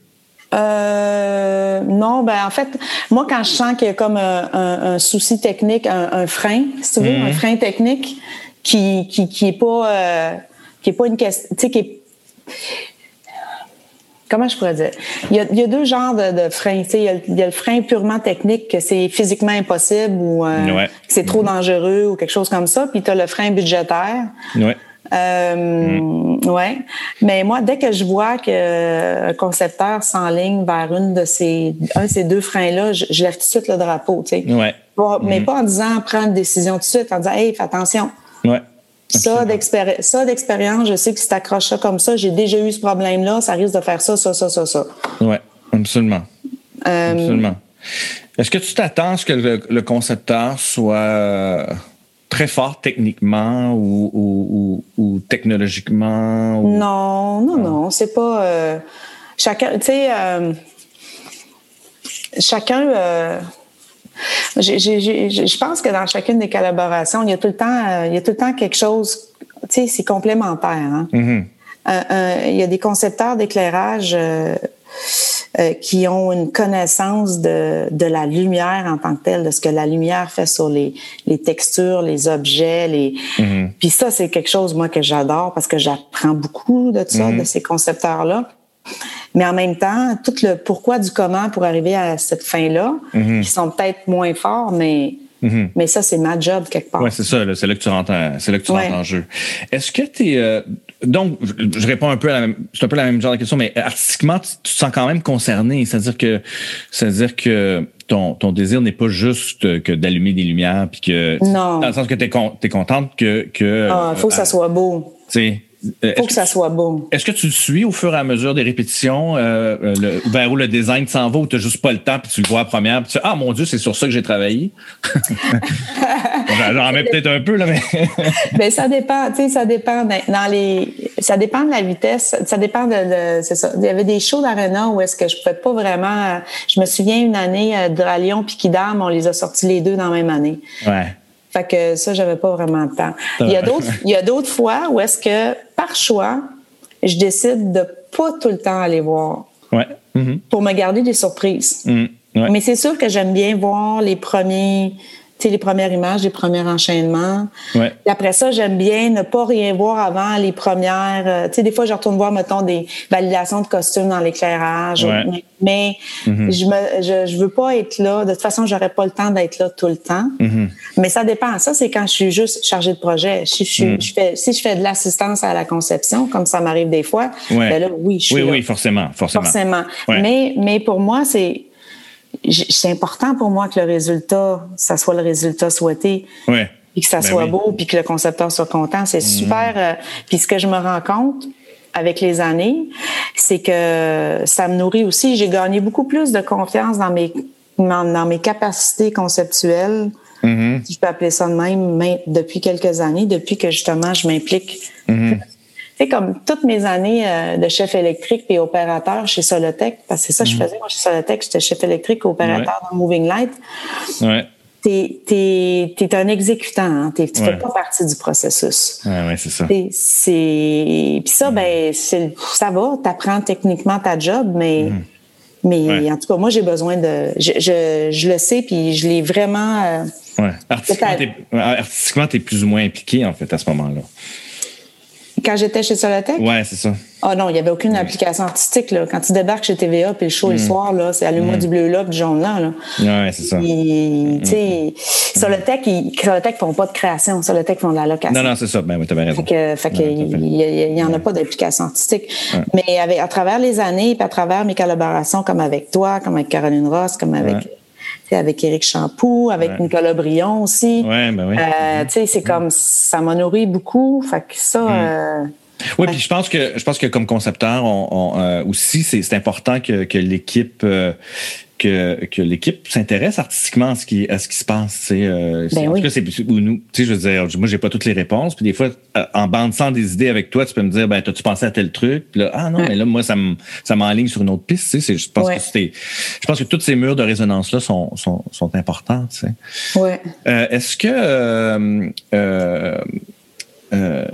S2: Euh, non, ben en fait, moi quand je sens qu'il y a comme un, un, un souci technique, un, un frein, si tu veux, mmh. un frein technique qui qui qui est pas euh, qui est pas une question, tu sais qui est Comment je pourrais dire? Il y a, il y a deux genres de, de freins. Tu sais, il y a, il y a le frein purement technique, que c'est physiquement impossible ou euh,
S1: ouais.
S2: que c'est trop dangereux ou quelque chose comme ça. Puis tu as le frein budgétaire.
S1: Ouais.
S2: Euh, mm. Ouais. Mais moi, dès que je vois qu'un concepteur s'enligne vers une de ces, un de ces deux freins-là, je, je lève tout de suite le drapeau. Tu sais.
S1: Ouais.
S2: Pas,
S1: mm.
S2: Mais pas en disant prendre une décision tout de suite, en disant hey, fais attention.
S1: Ouais.
S2: Ça, d'expéri- ça, d'expérience, je sais que si tu accroches ça comme ça, j'ai déjà eu ce problème-là, ça risque de faire ça, ça, ça, ça, ça.
S1: Oui, absolument.
S2: Euh,
S1: absolument. Est-ce que tu t'attends à ce que le, le concepteur soit très fort techniquement ou, ou, ou, ou technologiquement? Ou...
S2: Non, non, non, c'est pas... Euh, chacun, tu sais, euh, chacun... Euh, J'ai, j'ai, j'ai, je pense que dans chacune des collaborations, il y a tout le temps, euh, il y a tout le temps quelque chose, tu sais, c'est complémentaire. Hein? Mm-hmm. Euh, euh, il y a des concepteurs d'éclairage euh, euh, qui ont une connaissance de, de la lumière en tant que telle, de ce que la lumière fait sur les, les textures, les objets. Les... Mm-hmm. Puis ça, c'est quelque chose, moi, que j'adore parce que j'apprends beaucoup de ça, mm-hmm. de ces concepteurs-là. Mais en même temps, tout le pourquoi du comment pour arriver à cette fin-là, mm-hmm. qui sont peut-être moins forts, mais... Mm-hmm. Mais ça, c'est ma job quelque part.
S1: Oui, c'est ça. Là, c'est là que tu rentres en, c'est là que tu ouais. rentres en jeu. Est-ce que tu es... Euh, donc, je réponds un peu à la même... C'est un peu la même genre de question, mais artistiquement, tu, tu te sens quand même concerné. C'est-à-dire que, c'est-à-dire que ton, ton désir n'est pas juste que d'allumer des lumières, puis que...
S2: Non.
S1: Dans le sens que tu es con, contente que... que
S2: ah, il faut euh, que ça soit beau.
S1: Tu sais...
S2: Il faut que ça soit beau.
S1: Est-ce que tu le suis au fur et à mesure des répétitions, euh, le, vers où le design s'en va, ou tu n'as juste pas le temps, puis tu le vois à première, puis tu fais « Ah, mon Dieu, c'est sur ça que j'ai travaillé! » J'en mets peut-être un peu, là, mais...
S2: Bien, ça dépend, tu sais, ça dépend dans les... Ça dépend de la vitesse, ça dépend de... de c'est ça. Il y avait des shows d'Arena où est-ce que je pouvais pas vraiment... Je me souviens une année, Dralion puis Kidam, on les a sortis les deux dans la même année.
S1: Ouais.
S2: Fait que ça, j'avais pas vraiment de temps. Il y a d'autres, il y a d'autres fois où est-ce que, par choix, je décide de pas tout le temps aller voir.
S1: Ouais. Mm-hmm.
S2: Pour me garder des surprises.
S1: Mm. Ouais.
S2: Mais c'est sûr que j'aime bien voir les premiers, tu sais, les premières images, les premiers enchaînements.
S1: Ouais.
S2: Et après ça, j'aime bien ne pas rien voir avant les premières. Euh, tu sais, des fois, je retourne voir, mettons, des validations de costumes dans l'éclairage.
S1: Ouais.
S2: Mais, mais mm-hmm. je me, je, je veux pas être là. De toute façon, j'aurais pas le temps d'être là tout le temps.
S1: Mm-hmm.
S2: Mais ça dépend. Ça, c'est quand je suis juste chargée de projet. Si je, suis, mm. je fais, si je fais de l'assistance à la conception, comme ça m'arrive des fois,
S1: ouais.
S2: ben là, oui, je suis
S1: oui,
S2: là.
S1: Oui, forcément, forcément.
S2: Forcément.
S1: Ouais.
S2: Mais, mais pour moi, c'est, c'est important pour moi que le résultat, ça soit le résultat souhaité.
S1: Ouais.
S2: Puis que ça
S1: ben
S2: soit
S1: oui.
S2: beau, puis que le concepteur soit content. C'est mm. super. Euh, puis ce que je me rends compte avec les années, c'est que ça me nourrit aussi. J'ai gagné beaucoup plus de confiance dans mes, dans mes capacités conceptuelles. Mm-hmm. Si je peux appeler ça de même, même depuis quelques années, depuis que justement je m'implique.
S1: Mm-hmm.
S2: Tu sais, comme toutes mes années euh, de chef électrique et opérateur chez Solotech, parce que c'est ça que mm-hmm. je faisais, moi, chez Solotech, j'étais chef électrique et opérateur ouais. dans Moving Light.
S1: Ouais.
S2: T'es, t'es, t'es un exécutant, hein? T'es, tu ouais. fais pas partie du processus.
S1: Ouais, ouais, c'est ça.
S2: T'es, c'est... Puis ça, mm-hmm. ben, c'est... ça va, t'apprends techniquement ta job, mais... Mm-hmm. Mais ouais. en tout cas, moi, j'ai besoin de... Je, je, je le sais, puis je l'ai vraiment... Euh,
S1: ouais. Artistiquement, t'es, artistiquement, t'es plus ou moins impliqué, en fait, à ce moment-là.
S2: Quand j'étais chez Solotech?
S1: Ouais, c'est ça.
S2: Ah oh non, il n'y avait aucune application artistique, là. Quand tu débarques chez T V A, puis le show mmh. le soir, là, c'est allume-moi mmh. du bleu là, puis du jaune là, là.
S1: Ouais, c'est ça.
S2: Tu sais, mmh. Solotech, ils, Solotech font pas de création. Solotech font de la location.
S1: Non, non, c'est ça. Ben oui, t'as bien raison.
S2: Fait que, fait que ouais, il n'y en a ouais. pas d'application artistique. Ouais. Mais avec, à travers les années, puis à travers mes collaborations, comme avec toi, comme avec Caroline Ross, comme avec... Ouais. avec Éric Champoux, avec ouais. Nicolas Brion aussi.
S1: Ouais, ben oui.
S2: Euh, tu sais, c'est mmh. comme... Ça m'a nourri beaucoup. Fait que ça... Mmh. Euh,
S1: oui, puis je pense que je pense que comme concepteur, on, on euh, aussi c'est, c'est important que, que l'équipe euh, que, que l'équipe s'intéresse artistiquement à ce qui à ce qui se passe. C'est, euh,
S2: ben
S1: en
S2: oui.
S1: tout cas, c'est où nous. Tu sais, je veux dire, moi j'ai pas toutes les réponses. Puis des fois, en bandant des idées avec toi, tu peux me dire, ben t'as-tu pensé à tel truc? Puis là, ah non, ouais. mais là moi ça me ça m'enligne sur une autre piste. Tu sais, c'est, je pense ouais. que c'était, je pense que tous ces murs de résonance là sont sont sont importants. Tu sais.
S2: Ouais. Euh,
S1: est-ce que euh, euh, euh,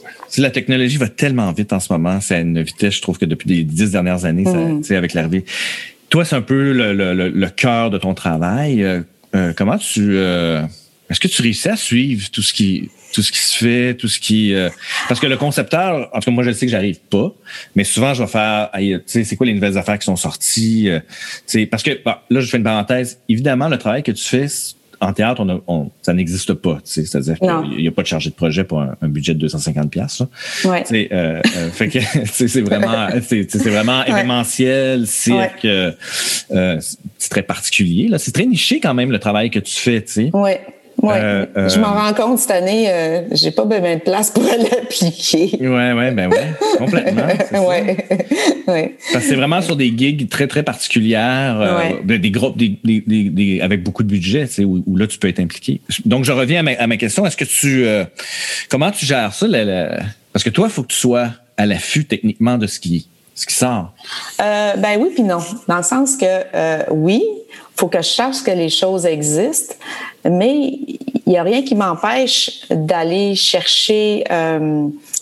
S1: la technologie va tellement vite en ce moment, c'est à une vitesse, je trouve que depuis les dix dernières années, mmh. ça, avec l'arrivée. Toi, c'est un peu le, le, le, le cœur de ton travail. Euh, euh, comment tu, euh, est-ce que tu réussis à suivre tout ce qui, tout ce qui se fait, tout ce qui, euh, parce que le concepteur, en tout cas moi je sais que j'arrive pas, mais souvent je vais faire, tu sais, c'est quoi les nouvelles affaires qui sont sorties, euh, tu sais, parce que bon, là je fais une parenthèse. Évidemment, le travail que tu fais en théâtre, on a, on, ça n'existe pas. Tu sais, c'est-à-dire qu'il n'y a pas de chargé de projet pour un, un budget de deux cent cinquante piastres.
S2: Ouais.
S1: Tu sais, euh, euh, fait que c'est vraiment, c'est, c'est vraiment ouais. événementiel, cirque. Ouais. Euh, c'est très particulier. Là, c'est très niché quand même le travail que tu fais. Tu sais.
S2: Ouais. Oui, euh, je m'en rends compte cette année, euh, j'ai pas bien de place pour l'appliquer.
S1: Oui, oui, ben oui, complètement.
S2: Oui, oui.
S1: Parce que c'est vraiment sur des gigs très, très particulières, euh, ouais. des groupes, des, des, des, des, avec beaucoup de budget, tu sais, où, où là, tu peux être impliqué. Donc, je reviens à ma, à ma question. Est-ce que tu, euh, comment tu gères ça? La, la... Parce que toi, il faut que tu sois à l'affût techniquement de ce qui, ce qui sort.
S2: Euh, ben oui, puis non. Dans le sens que, euh, oui, faut que je sache que les choses existent, mais il n'y a rien qui m'empêche d'aller chercher euh,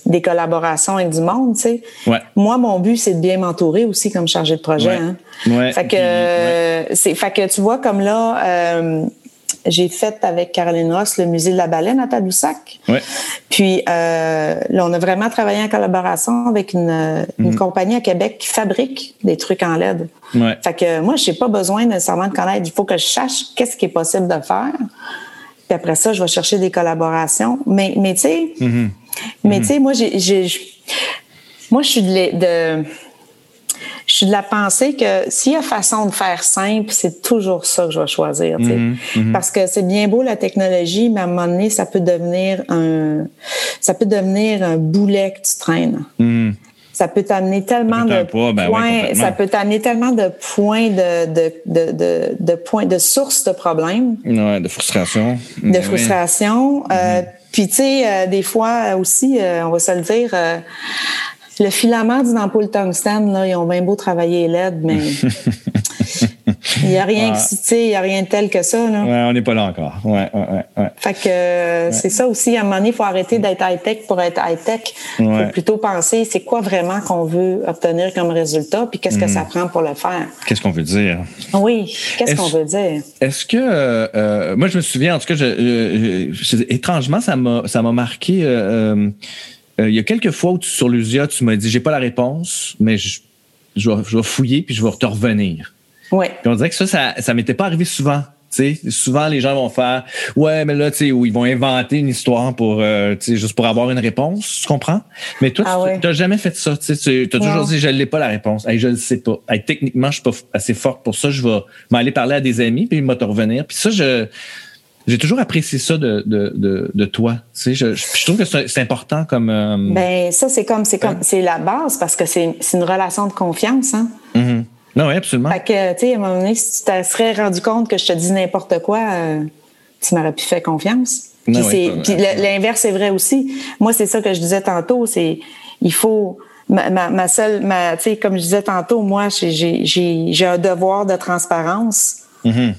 S2: des collaborations avec du monde, tu sais.
S1: Ouais.
S2: Moi, mon but, c'est de bien m'entourer aussi comme chargée de projet.
S1: Ouais.
S2: Hein.
S1: Ouais.
S2: Fait que,
S1: Puis, ouais.
S2: c'est, fait que tu vois, comme là, euh, j'ai fait avec Caroline Ross le musée de la baleine à Tadoussac.
S1: Ouais.
S2: Puis euh, là, on a vraiment travaillé en collaboration avec une, mm-hmm. une compagnie à Québec qui fabrique des trucs en L E D.
S1: Ouais.
S2: Fait que moi, j'ai pas besoin nécessairement de connaître. Il faut que je sache qu'est-ce qui est possible de faire. Puis après ça, je vais chercher des collaborations. Mais, mais tu sais, mm-hmm. mais tu sais, moi, j'ai, j'ai, moi, je suis de, de Je suis de la pensée que s'il y a façon de faire simple, c'est toujours ça que je vais choisir. Mm-hmm, mm-hmm. Parce que c'est bien beau la technologie, mais à un moment donné, ça peut devenir un, ça peut devenir un boulet que tu traînes. Mm-hmm. Ça peut t'amener tellement de poids, ben points, oui, ça peut t'amener tellement de points de de de de, de points de sources de problèmes.
S1: Ouais, de frustration.
S2: De ben frustration. Oui. Euh, mm-hmm. Puis tu sais, euh, des fois aussi, euh, on va se le dire. Euh, Le filament d'une ampoule tungstène, là, ils ont bien beau travailler L E D, mais il n'y a rien, ouais. tu sais, il y a rien de tel que ça, là.
S1: Ouais, on n'est pas là encore. Ouais, ouais, ouais.
S2: Fait que euh, ouais. c'est ça aussi, à un moment donné, il faut arrêter d'être high-tech pour être high-tech. Il ouais. faut plutôt penser, c'est quoi vraiment qu'on veut obtenir comme résultat, puis qu'est-ce mmh. que ça prend pour le faire.
S1: Qu'est-ce qu'on veut dire?
S2: Oui, qu'est-ce est-ce, qu'on veut dire?
S1: Est-ce que, euh, moi, je me souviens, en tout cas, je, je, je, étrangement, ça m'a, ça m'a marqué... Euh, Euh, il y a quelques fois où tu, sur l'Usia, tu m'as dit, j'ai pas la réponse, mais je, je, vais, je vais fouiller puis je vais te revenir.
S2: Ouais.
S1: Puis on dirait que ça, ça, ça m'était pas arrivé souvent. Tu sais, souvent les gens vont faire, ouais, mais là, tu sais, où ils vont inventer une histoire pour, euh, tu sais, juste pour avoir une réponse, tu comprends? Mais toi, ah tu ouais. t'as jamais fait ça. Tu sais, tu as toujours dit, je l'ai pas la réponse. Hey, je le sais pas. Hey, techniquement, je suis pas assez forte pour ça. Je vais m'aller parler à des amis puis ils vont te revenir. Puis ça, je J'ai toujours apprécié ça de de de, de toi. Tu sais, je, je, je trouve que c'est, c'est important comme. Euh...
S2: Ben ça c'est comme c'est comme hein? c'est la base parce que c'est c'est une relation de confiance, hein.
S1: Mm-hmm. Non, oui, absolument.
S2: Fait que tu sais à un moment donné, si tu te serais rendu compte que je te dis n'importe quoi, euh, tu m'aurais pu faire confiance. Puis
S1: non,
S2: c'est
S1: oui,
S2: puis l'inverse est vrai aussi. Moi c'est ça que je disais tantôt, c'est il faut ma ma, ma seule ma tu sais comme je disais tantôt, moi j'ai j'ai j'ai, j'ai un devoir de transparence. Mm-hmm.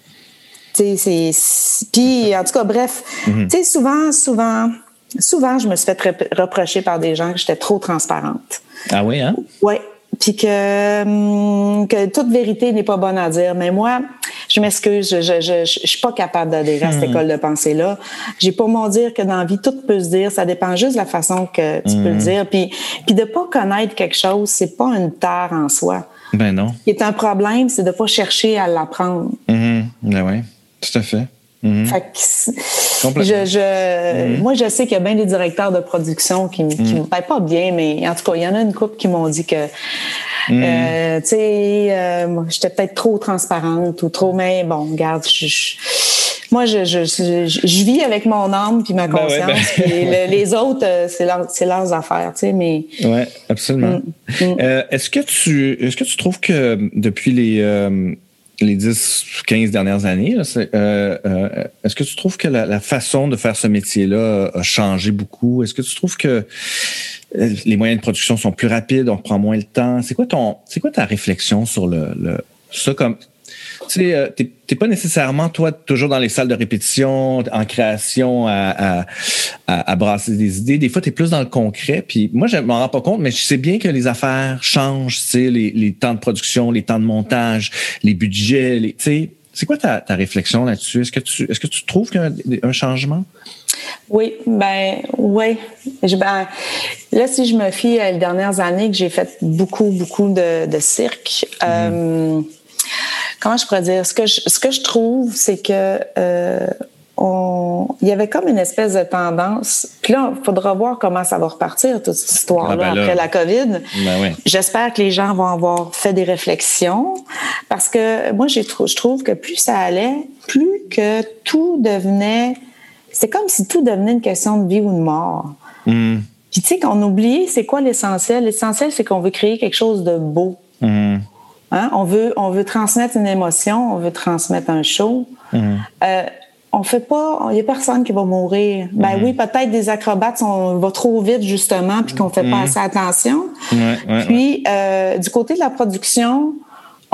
S2: C'est, c'est, c'est... Puis, en tout cas, bref, mm-hmm. tu sais, souvent, souvent, souvent, je me suis fait rep- reprocher par des gens que j'étais trop transparente.
S1: Ah oui, hein?
S2: Oui. Puis que, hum, que toute vérité n'est pas bonne à dire. Mais moi, je m'excuse, je je, je, je, je suis pas capable d'adhérer à cette mm-hmm. école de pensée-là. J'ai pour mon dire que dans la vie, tout peut se dire. Ça dépend juste de la façon que tu mm-hmm. peux le dire. Puis, puis de pas connaître quelque chose, c'est pas une tare en soi.
S1: Ben non.
S2: Ce qui est un problème, c'est de pas chercher à l'apprendre.
S1: Mm-hmm. Ben oui. Tout à fait. Mm-hmm.
S2: Fait que je, je, mm-hmm. moi, je sais qu'il y a bien des directeurs de production qui, qui mm-hmm. me paient pas bien, mais en tout cas, il y en a une couple qui m'ont dit que, mm-hmm. euh, tu sais, euh, j'étais peut-être trop transparente ou trop, mais bon, regarde, je, je, moi, je, je, je, je vis avec mon âme puis ma conscience, ben ouais, ben... puis le, les autres, c'est, leur, c'est leurs affaires, tu sais, mais.
S1: Ouais, absolument. Mm-hmm. Euh, est-ce que tu, est-ce que tu trouves que depuis les euh, les dix, quinze dernières années, là, c'est, euh, euh, est-ce que tu trouves que la, la façon de faire ce métier-là a changé beaucoup? Est-ce que tu trouves que les moyens de production sont plus rapides, on prend moins le temps? C'est quoi ton, c'est quoi ta réflexion sur le, le ça comme, tu sais, euh, t'es, t'es pas nécessairement, toi, toujours dans les salles de répétition, en création, à, à, à, à brasser des idées. Des fois, t'es plus dans le concret. Puis moi, je m'en rends pas compte, mais je sais bien que les affaires changent, tu sais, les, les temps de production, les temps de montage, les budgets, les, tu sais. C'est quoi ta, ta réflexion là-dessus? Est-ce que tu, est-ce que tu trouves qu'il y a un, un changement?
S2: Oui, ben, oui. Ben, là, si je me fie à les dernières années que j'ai fait beaucoup, beaucoup de, de cirque, mmh. euh, comment je pourrais dire? Ce que je, ce que je trouve, c'est que euh, on, il y avait comme une espèce de tendance. Puis là, il faudra voir comment ça va repartir, toute cette histoire-là, ah ben là, après la COVID.
S1: Ben oui.
S2: J'espère que les gens vont avoir fait des réflexions parce que moi, j'ai, je trouve que plus ça allait, plus que tout devenait... C'est comme si tout devenait une question de vie ou de mort. Mm. Puis tu sais, qu'on oublie, c'est quoi l'essentiel? L'essentiel, c'est qu'on veut créer quelque chose de beau. Mm. Hein? On veut, on veut transmettre une émotion, on veut transmettre un show. Mm. Euh, on fait pas, il y a personne qui va mourir. Ben mm. oui, peut-être des acrobates, on va trop vite justement, puis qu'on fait mm. pas assez attention.
S1: Ouais, ouais,
S2: puis euh, du côté de la production, on,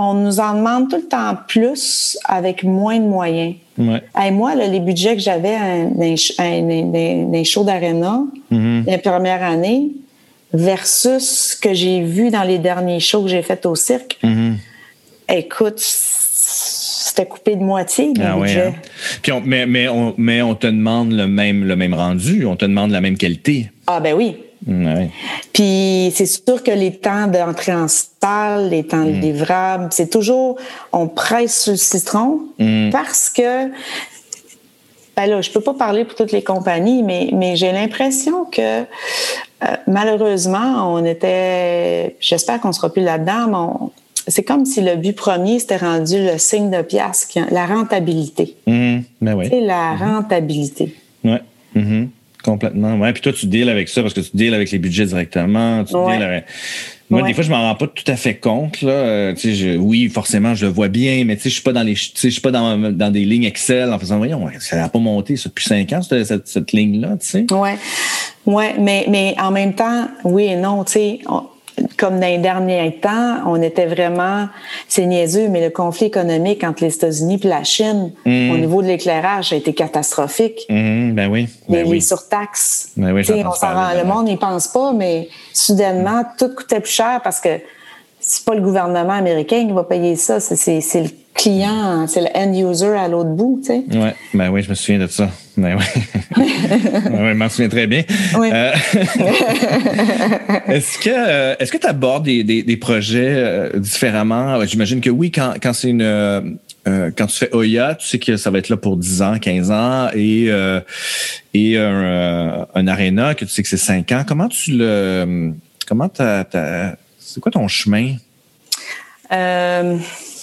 S2: on nous en demande tout le temps plus avec moins de moyens.
S1: Ouais.
S2: Et moi, là, les budgets que j'avais dans les shows d'aréna, mm-hmm. la première année, versus ce que j'ai vu dans les derniers shows que j'ai faits au cirque, mm-hmm. écoute, c'était coupé de moitié, le ah budget. Ouais, hein?
S1: Puis on, mais, mais, on, mais on te demande le même, le même rendu, on te demande la même qualité.
S2: Ah ben oui.
S1: Ouais.
S2: Puis c'est sûr que les temps d'entrée en salle, les temps mm. livrables, c'est toujours, on presse sur le citron mm. parce que, ben là, je peux pas parler pour toutes les compagnies, mais, mais j'ai l'impression que euh, malheureusement, on était, j'espère qu'on sera plus là-dedans, mais on, c'est comme si le but premier c'était rendu le signe de pièce, la rentabilité.
S1: Mm. Ben oui.
S2: C'est la mm-hmm. rentabilité.
S1: Ouais. Mm-hmm. Complètement. Ouais. Puis toi, tu deals avec ça parce que tu deals avec les budgets directement. Tu ouais. deals avec... Moi, ouais. des fois, je m'en rends pas tout à fait compte. Là. Euh, tu sais, je, oui, forcément, je le vois bien, mais tu sais, je suis pas dans les, tu sais, je suis pas dans, dans des lignes Excel en faisant, voyons, ça n'a pas monté ça depuis cinq ans cette, cette, cette ligne-là, tu sais.
S2: Ouais, ouais, mais mais en même temps, oui et non, tu sais. On... Comme dans les derniers temps, on était vraiment, c'est niaiseux, mais le conflit économique entre les États-Unis et la Chine, mmh. au niveau de l'éclairage, a été catastrophique.
S1: Mmh, ben oui. Ben
S2: les,
S1: oui.
S2: les surtaxes.
S1: Ben oui,
S2: on s'en rend, le monde n'y pense pas, mais soudainement, mmh. tout coûtait plus cher parce que c'est pas le gouvernement américain qui va payer ça, c'est, c'est, c'est le client, c'est le end user à l'autre bout, tu sais.
S1: Ouais, ben oui, je me souviens de ça. Ben oui. ben oui, je m'en souviens très bien.
S2: Oui.
S1: Euh, est-ce que euh, est-ce que tu abordes des, des, des projets euh, différemment? J'imagine que oui, quand, quand c'est une euh, quand tu fais Oya, tu sais que ça va être là pour dix ans, quinze ans, et euh, et un, euh, un aréna que tu sais que c'est cinq ans. Comment tu le comment t'as, t'as c'est quoi ton chemin?
S2: Euh,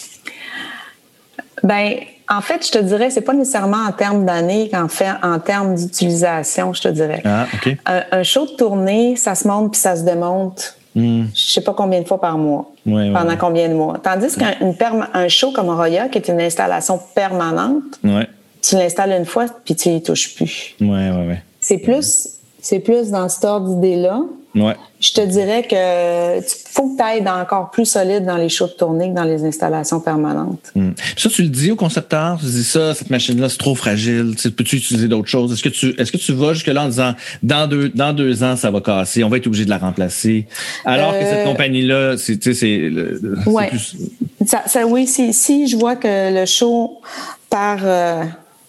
S2: ben, en fait, je te dirais, c'est pas nécessairement en termes d'années qu'en fait, en termes d'utilisation, je te dirais.
S1: Ah, OK.
S2: Un, un show de tournée, ça se monte puis ça se démonte. Mm. Je sais pas combien de fois par mois.
S1: Ouais,
S2: pendant
S1: ouais.
S2: combien de mois. Tandis qu'un une perma- un show comme Roya, qui est une installation permanente,
S1: ouais.
S2: tu l'installes une fois puis tu y touches plus.
S1: Ouais, ouais, ouais.
S2: C'est plus, c'est plus dans cet ordre d'idée-là.
S1: Ouais.
S2: Je te dirais que faut que tu ailles encore plus solide dans les shows de tournée que dans les installations permanentes.
S1: Hum. Ça, tu le dis au concepteur, tu dis ça, cette machine-là, c'est trop fragile, tu sais, peux-tu utiliser d'autres choses? Est-ce que tu est-ce que tu vas jusque-là en disant dans deux dans deux ans, ça va casser, on va être obligé de la remplacer? Alors euh, que cette compagnie-là, c'est, tu sais, c'est, c'est
S2: ouais.
S1: plus...
S2: Ça, ça, oui, si, si je vois que le show par euh,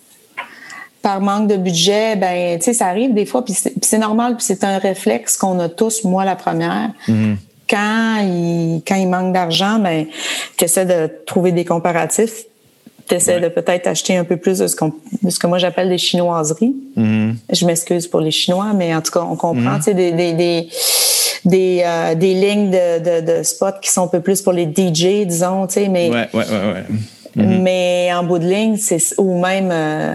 S2: par manque de budget, ben tu sais, ça arrive des fois, puis c'est, puis c'est normal, puis c'est un réflexe qu'on a tous, moi la première. Mm-hmm. Quand il quand il manque d'argent, ben tu essaies de trouver des comparatifs, tu essaies ouais. de peut-être acheter un peu plus de ce qu'on de ce que moi j'appelle des chinoiseries. Mm-hmm. Je m'excuse pour les Chinois, mais en tout cas, on comprend, mm-hmm. tu sais, des des des des, euh, des lignes de, de de spots qui sont un peu plus pour les D J, disons, tu sais, mais
S1: ouais, ouais, ouais, ouais.
S2: Mm-hmm. Mais en bout de ligne, c'est ou même euh,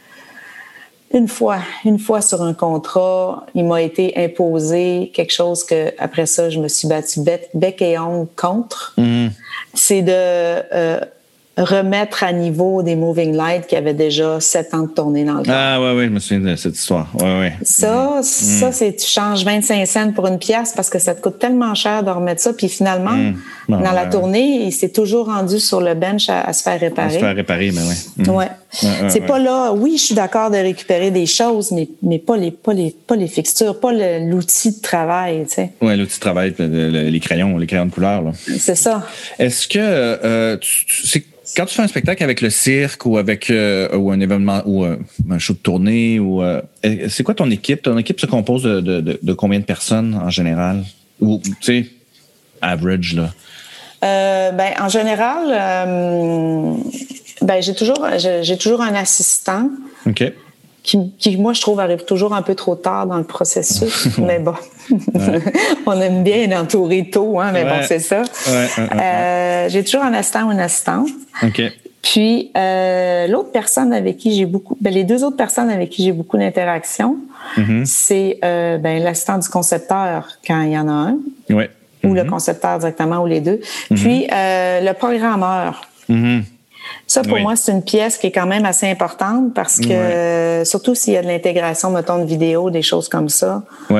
S2: Une fois, une fois sur un contrat, il m'a été imposé quelque chose que après ça, je me suis battue bec, bec et ongle contre. Mm-hmm. C'est de euh, remettre à niveau des moving lights qui avaient déjà sept ans de tournée dans le temps.
S1: Ah ouais, ouais, je me souviens de cette histoire. Ouais, ouais.
S2: Ça, mm-hmm. ça, c'est tu changes vingt-cinq cents pour une pièce parce que ça te coûte tellement cher de remettre ça. Puis finalement, mm-hmm. bon, dans ouais, la tournée, il s'est toujours rendu sur le bench à, à se faire réparer.
S1: À se faire réparer, mais ouais. Mm-hmm.
S2: Ouais. Ouais, ouais, c'est ouais. pas là. Oui, je suis d'accord de récupérer des choses, mais mais pas les pas les pas les fixtures, pas le, l'outil de travail, tu sais.
S1: Ouais, l'outil de travail, le, le, les crayons, les crayons de couleur là.
S2: C'est ça.
S1: Est-ce que euh, tu, tu, c'est quand tu fais un spectacle avec le cirque ou avec euh, ou un événement ou euh, un show de tournée ou euh, c'est quoi ton équipe? Ton équipe se compose de, de, de, de combien de personnes en général? Ou tu sais, average là?
S2: Euh, ben en général, euh, ben j'ai toujours j'ai, j'ai toujours un assistant.
S1: OK.
S2: Qui, qui, moi, je trouve, arrive toujours un peu trop tard dans le processus. Mais bon, ouais. On aime bien être entouré tôt, hein, mais ouais. bon, c'est ça.
S1: Ouais, ouais, ouais,
S2: euh,
S1: ouais.
S2: J'ai toujours un assistant ou une assistante.
S1: OK.
S2: Puis, euh, l'autre personne avec qui j'ai beaucoup... Ben, les deux autres personnes avec qui j'ai beaucoup d'interaction, mm-hmm. c'est euh, ben, l'assistant du concepteur, quand il y en a un.
S1: Ouais.
S2: Ou
S1: mm-hmm.
S2: le concepteur directement, ou les deux. Mm-hmm. Puis, euh, le programmeur.
S1: Mm-hmm.
S2: Ça, pour oui. moi, c'est une pièce qui est quand même assez importante parce que, ouais. surtout s'il y a de l'intégration, mettons, de vidéos, des choses comme ça,
S1: ouais.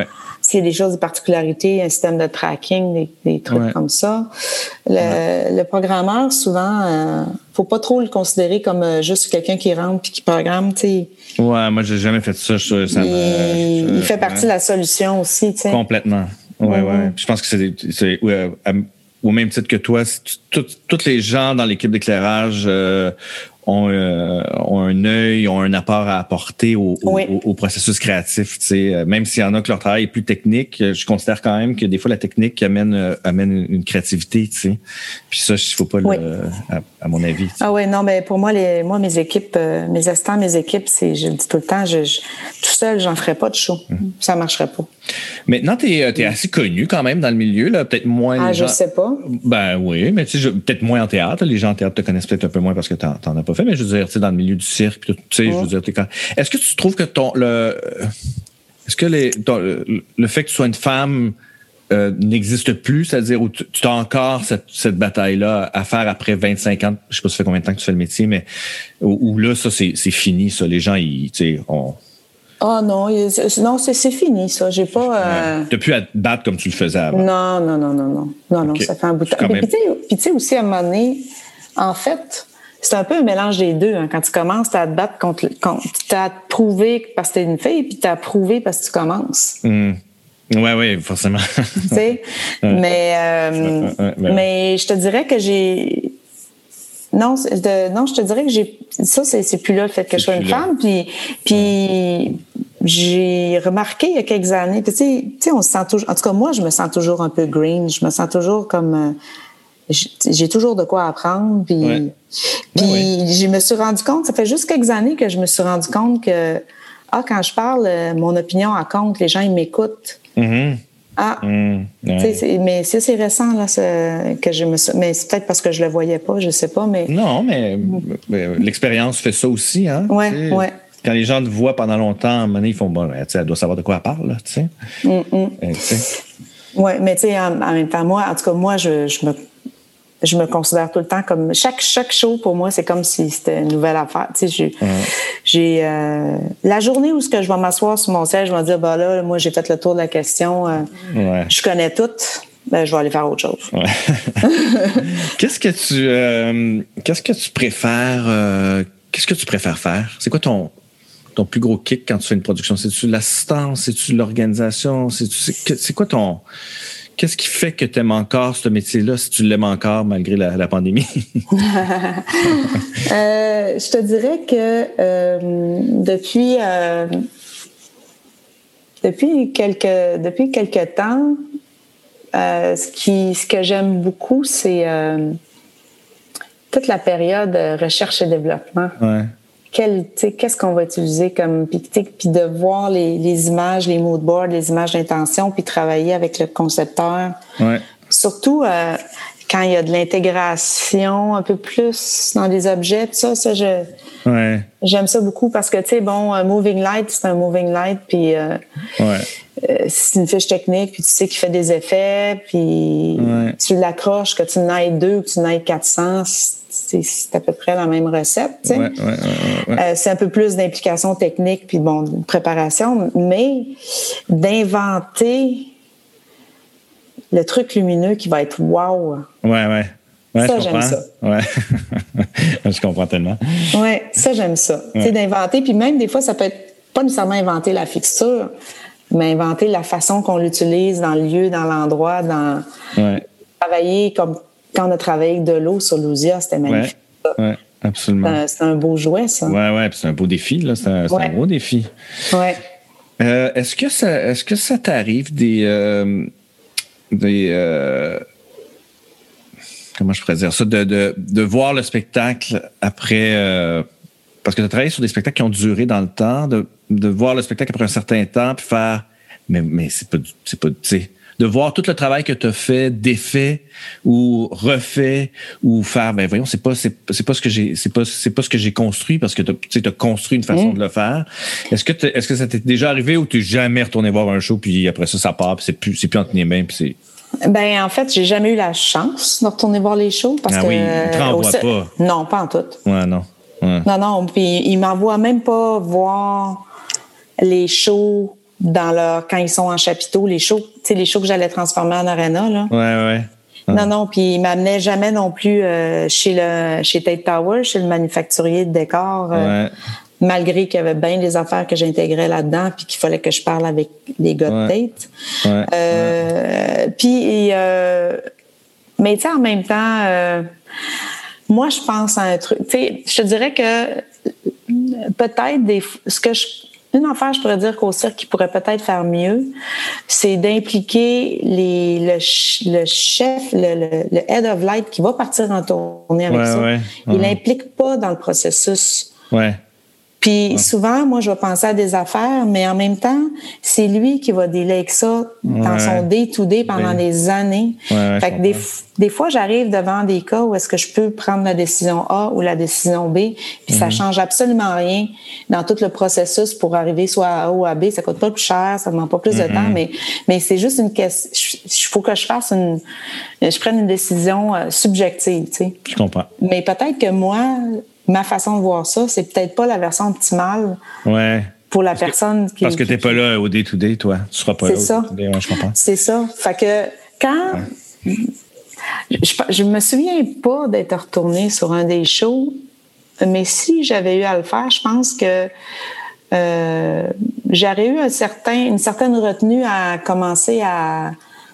S2: s'il y a des choses, des particularités, un système de tracking, des, des trucs ouais. comme ça. Le, ouais. le programmeur, souvent, euh, faut pas trop le considérer comme euh, juste quelqu'un qui rentre puis qui programme, tu sais.
S1: Ouais, moi, j'ai jamais fait ça. ça, ça
S2: il, me, il fait ouais. partie de la solution aussi, tu sais.
S1: Complètement. Ouais, mm-hmm. ouais. Puis je pense que c'est, c'est ouais, au même titre que toi, tous les gens dans l'équipe d'éclairage euh, ont, euh, ont un œil, ont un apport à apporter au, au, oui. au, au processus créatif. Tu sais. Même s'il y en a que leur travail est plus technique, je considère quand même que des fois la technique amène, euh, amène une créativité. Tu sais. Puis ça, il ne faut pas
S2: oui.
S1: le, à, à mon avis. Tu sais.
S2: Ah oui, non, mais pour moi, les, moi mes équipes, euh, mes assistants, mes équipes, c'est, je le dis tout le temps, je, je, tout seul, j'en ferais pas de show. Hum. Ça ne marcherait pas.
S1: Maintenant, tu es assez connu quand même dans le milieu, là, peut-être moins.
S2: Ah,
S1: les
S2: je
S1: gens...
S2: sais pas.
S1: Ben oui, mais tu sais, peut-être moins en théâtre. Les gens en théâtre te connaissent peut-être un peu moins parce que tu n'en as pas fait, mais je veux dire, tu sais, dans le milieu du cirque, tu sais, mmh. je veux dire, t'es quand... Est-ce que tu trouves que ton. Le... Est-ce que les, ton, le, le fait que tu sois une femme euh, n'existe plus, c'est-à-dire où tu, tu as encore cette, cette bataille-là à faire après vingt-cinq ans, je sais pas ça fait combien de temps que tu fais le métier, mais où, où là, ça, c'est, c'est fini, ça. Les gens, ils, tu sais, on.
S2: Ah oh non, non c'est, c'est fini, ça. J'ai pas. Euh...
S1: Tu n'as plus à te battre comme tu le faisais avant.
S2: Non, non, non, non, non. Non, non, okay. Ça fait un bout de temps. Puis, même... puis tu sais, aussi, à un moment donné, en fait, c'est un peu un mélange des deux. Hein. Quand tu commences, tu as à te battre contre. contre tu as à te prouver parce que tu es une fille, puis tu as à prouver parce que tu commences.
S1: Mm. Oui, oui, forcément.
S2: Tu sais? ouais. Mais, euh, ouais, ouais, ouais. mais je te dirais que j'ai. Non, de, non, je te dirais que j'ai ça, c'est, c'est plus là le fait que c'est je sois une là. Femme. Puis, puis j'ai remarqué il y a quelques années, tu sais, tu sais, on se sent toujours. En tout cas, moi, je me sens toujours un peu green. Je me sens toujours comme euh, j'ai, j'ai toujours de quoi apprendre. Puis, ouais. puis ouais. je me suis rendu compte. Ça fait juste quelques années que je me suis rendu compte que ah, quand je parle, mon opinion en compte. Les gens ils m'écoutent.
S1: Mm-hmm.
S2: Ah, mmh, ouais. c'est, mais ça, c'est récent, là, c'est, que je me mais c'est peut-être parce que je le voyais pas, je sais pas, mais...
S1: Non, mais, mais l'expérience fait ça aussi, hein?
S2: Oui, oui.
S1: Quand les gens te voient pendant longtemps, à un moment donné, ils font, bon, tu sais, elle doit savoir de quoi elle parle, là, tu sais.
S2: Mm-hmm. Oui, mais tu sais, en, en même temps, moi, en tout cas, moi, je, je me... Je me considère tout le temps comme... Chaque, chaque show, pour moi, c'est comme si c'était une nouvelle affaire. Tu sais, j'ai... Mmh. j'ai euh, la journée où ce que je vais m'asseoir sur mon siège, je vais me dire, bah là, moi, j'ai fait le tour de la question. Euh, ouais. Je connais tout. Ben, je vais aller faire autre chose.
S1: Ouais. qu'est-ce que tu... Euh, qu'est-ce que tu préfères... Euh, qu'est-ce que tu préfères faire? C'est quoi ton... ton plus gros kick quand tu fais une production? C'est-tu l'assistance? C'est-tu l'organisation? C'est-tu... C'est, c'est quoi ton... Qu'est-ce qui fait que tu aimes encore ce métier-là, si tu l'aimes encore malgré la, la pandémie?
S2: euh, je te dirais que euh, depuis euh, depuis quelques depuis quelques temps, euh, ce qui ce que j'aime beaucoup, c'est euh, toute la période recherche et développement.
S1: Ouais.
S2: Quel, qu'est-ce qu'on va utiliser comme puis, puis de voir les, les images, les mood boards, les images d'intention, puis travailler avec le concepteur.
S1: Ouais.
S2: Surtout euh, quand il y a de l'intégration un peu plus dans les objets, ça, ça je
S1: ouais.
S2: j'aime ça beaucoup parce que tu sais bon, un moving light, c'est un moving light, puis euh,
S1: ouais.
S2: euh, c'est une fiche technique, puis tu sais qu'il fait des effets, puis
S1: ouais.
S2: tu l'accroches, que tu n'ailles deux ou que tu n'ailles quatre cents. C'est, c'est à peu près la même recette, tu sais.
S1: Ouais, ouais, ouais, ouais.
S2: Euh, c'est un peu plus d'implication technique puis bon, de préparation, mais d'inventer le truc lumineux qui va être wow.
S1: Ouais, ouais. Ouais,
S2: ça,
S1: je
S2: j'aime ça.
S1: Ouais. Je comprends tellement.
S2: Ouais, ça, j'aime ça. Ouais. Tu sais, d'inventer, puis même des fois, ça peut être pas nécessairement inventer la fixture, mais inventer la façon qu'on l'utilise dans le lieu, dans l'endroit, dans
S1: ouais.
S2: travailler comme quand on a travaillé avec de l'eau sur Lousia, c'était magnifique.
S1: Ouais, ouais, absolument.
S2: C'est un, c'est un beau jouet, ça.
S1: Ouais, ouais, puis c'est un beau défi, là. C'est un, c'est ouais. un beau défi.
S2: Ouais.
S1: Euh, est-ce que ça, est-ce que ça t'arrive des, euh, des, euh, comment je pourrais dire ça, de, de, de voir le spectacle après, euh, parce que tu as travaillé sur des spectacles qui ont duré dans le temps, de, de voir le spectacle après un certain temps, puis faire, mais, mais c'est pas, c'est pas, tu sais, de voir tout le travail que tu as fait, défait ou refait ou faire, ben voyons, c'est pas, c'est, c'est pas ce que j'ai, c'est pas, c'est pas ce que j'ai construit parce que tu as construit une façon mmh. de le faire. Est-ce que, est-ce que ça t'est déjà arrivé ou tu n'es jamais retourné voir un show puis après ça, ça part puis c'est plus, c'est plus entre les mains puis c'est.
S2: Ben, en fait, j'ai jamais eu la chance de retourner voir les shows parce
S1: ah
S2: que.
S1: oui, on te renvoie
S2: euh,
S1: pas.
S2: Non, pas en tout.
S1: Ouais, non. Ouais.
S2: Non, non, puis ils m'envoient même pas voir les shows dans leur quand ils sont en chapiteau, les shows, tu sais, les shows que j'allais transformer en arena, là.
S1: Ouais, ouais. Ah.
S2: Non, non, puis il m'amenait jamais non plus euh, chez le chez Tate Tower, chez le manufacturier de décors, euh, ouais. malgré qu'il y avait bien des affaires que j'intégrais là-dedans, puis qu'il fallait que je parle avec les gars de Tate.
S1: Ouais.
S2: Euh, ouais. Puis, euh, mais tu sais, en même temps, euh, moi, je pense à un truc. Tu sais, je te dirais que peut-être des ce que je Une affaire, je pourrais dire qu'au cirque, qui pourrait peut-être faire mieux, c'est d'impliquer les, le, le chef, le, le, le head of light qui va partir en tournée avec
S1: ouais,
S2: ça.
S1: Ouais,
S2: il
S1: ouais.
S2: l'implique pas dans le processus.
S1: Ouais.
S2: Puis
S1: ouais.
S2: souvent, moi, je vais penser à des affaires, mais en même temps, c'est lui qui va dealer avec ça dans
S1: ouais.
S2: son day-to-day pendant oui. des années.
S1: Ouais, ouais,
S2: fait que des, des fois, j'arrive devant des cas où est-ce que je peux prendre la décision A ou la décision B, puis mm-hmm. ça change absolument rien dans tout le processus pour arriver soit à A ou à B. Ça coûte pas plus cher, ça demande pas plus mm-hmm. de temps, mais, mais c'est juste une question. Il faut que je fasse une, je prenne une décision euh, subjective, tu sais.
S1: Je comprends.
S2: Mais peut-être que moi, ma façon de voir ça, c'est peut-être pas la version optimale
S1: ouais.
S2: pour la
S1: parce
S2: personne
S1: que,
S2: qui...
S1: Parce que t'es pas là au day-to-day, toi. Tu seras pas
S2: c'est
S1: là
S2: ça.
S1: au day-to-day. Ouais, je comprends.
S2: C'est ça. Fait que quand... Ouais. Je, je me souviens pas d'être retournée sur un des shows, mais si j'avais eu à le faire, je pense que euh, j'aurais eu un certain, une certaine retenue à commencer à,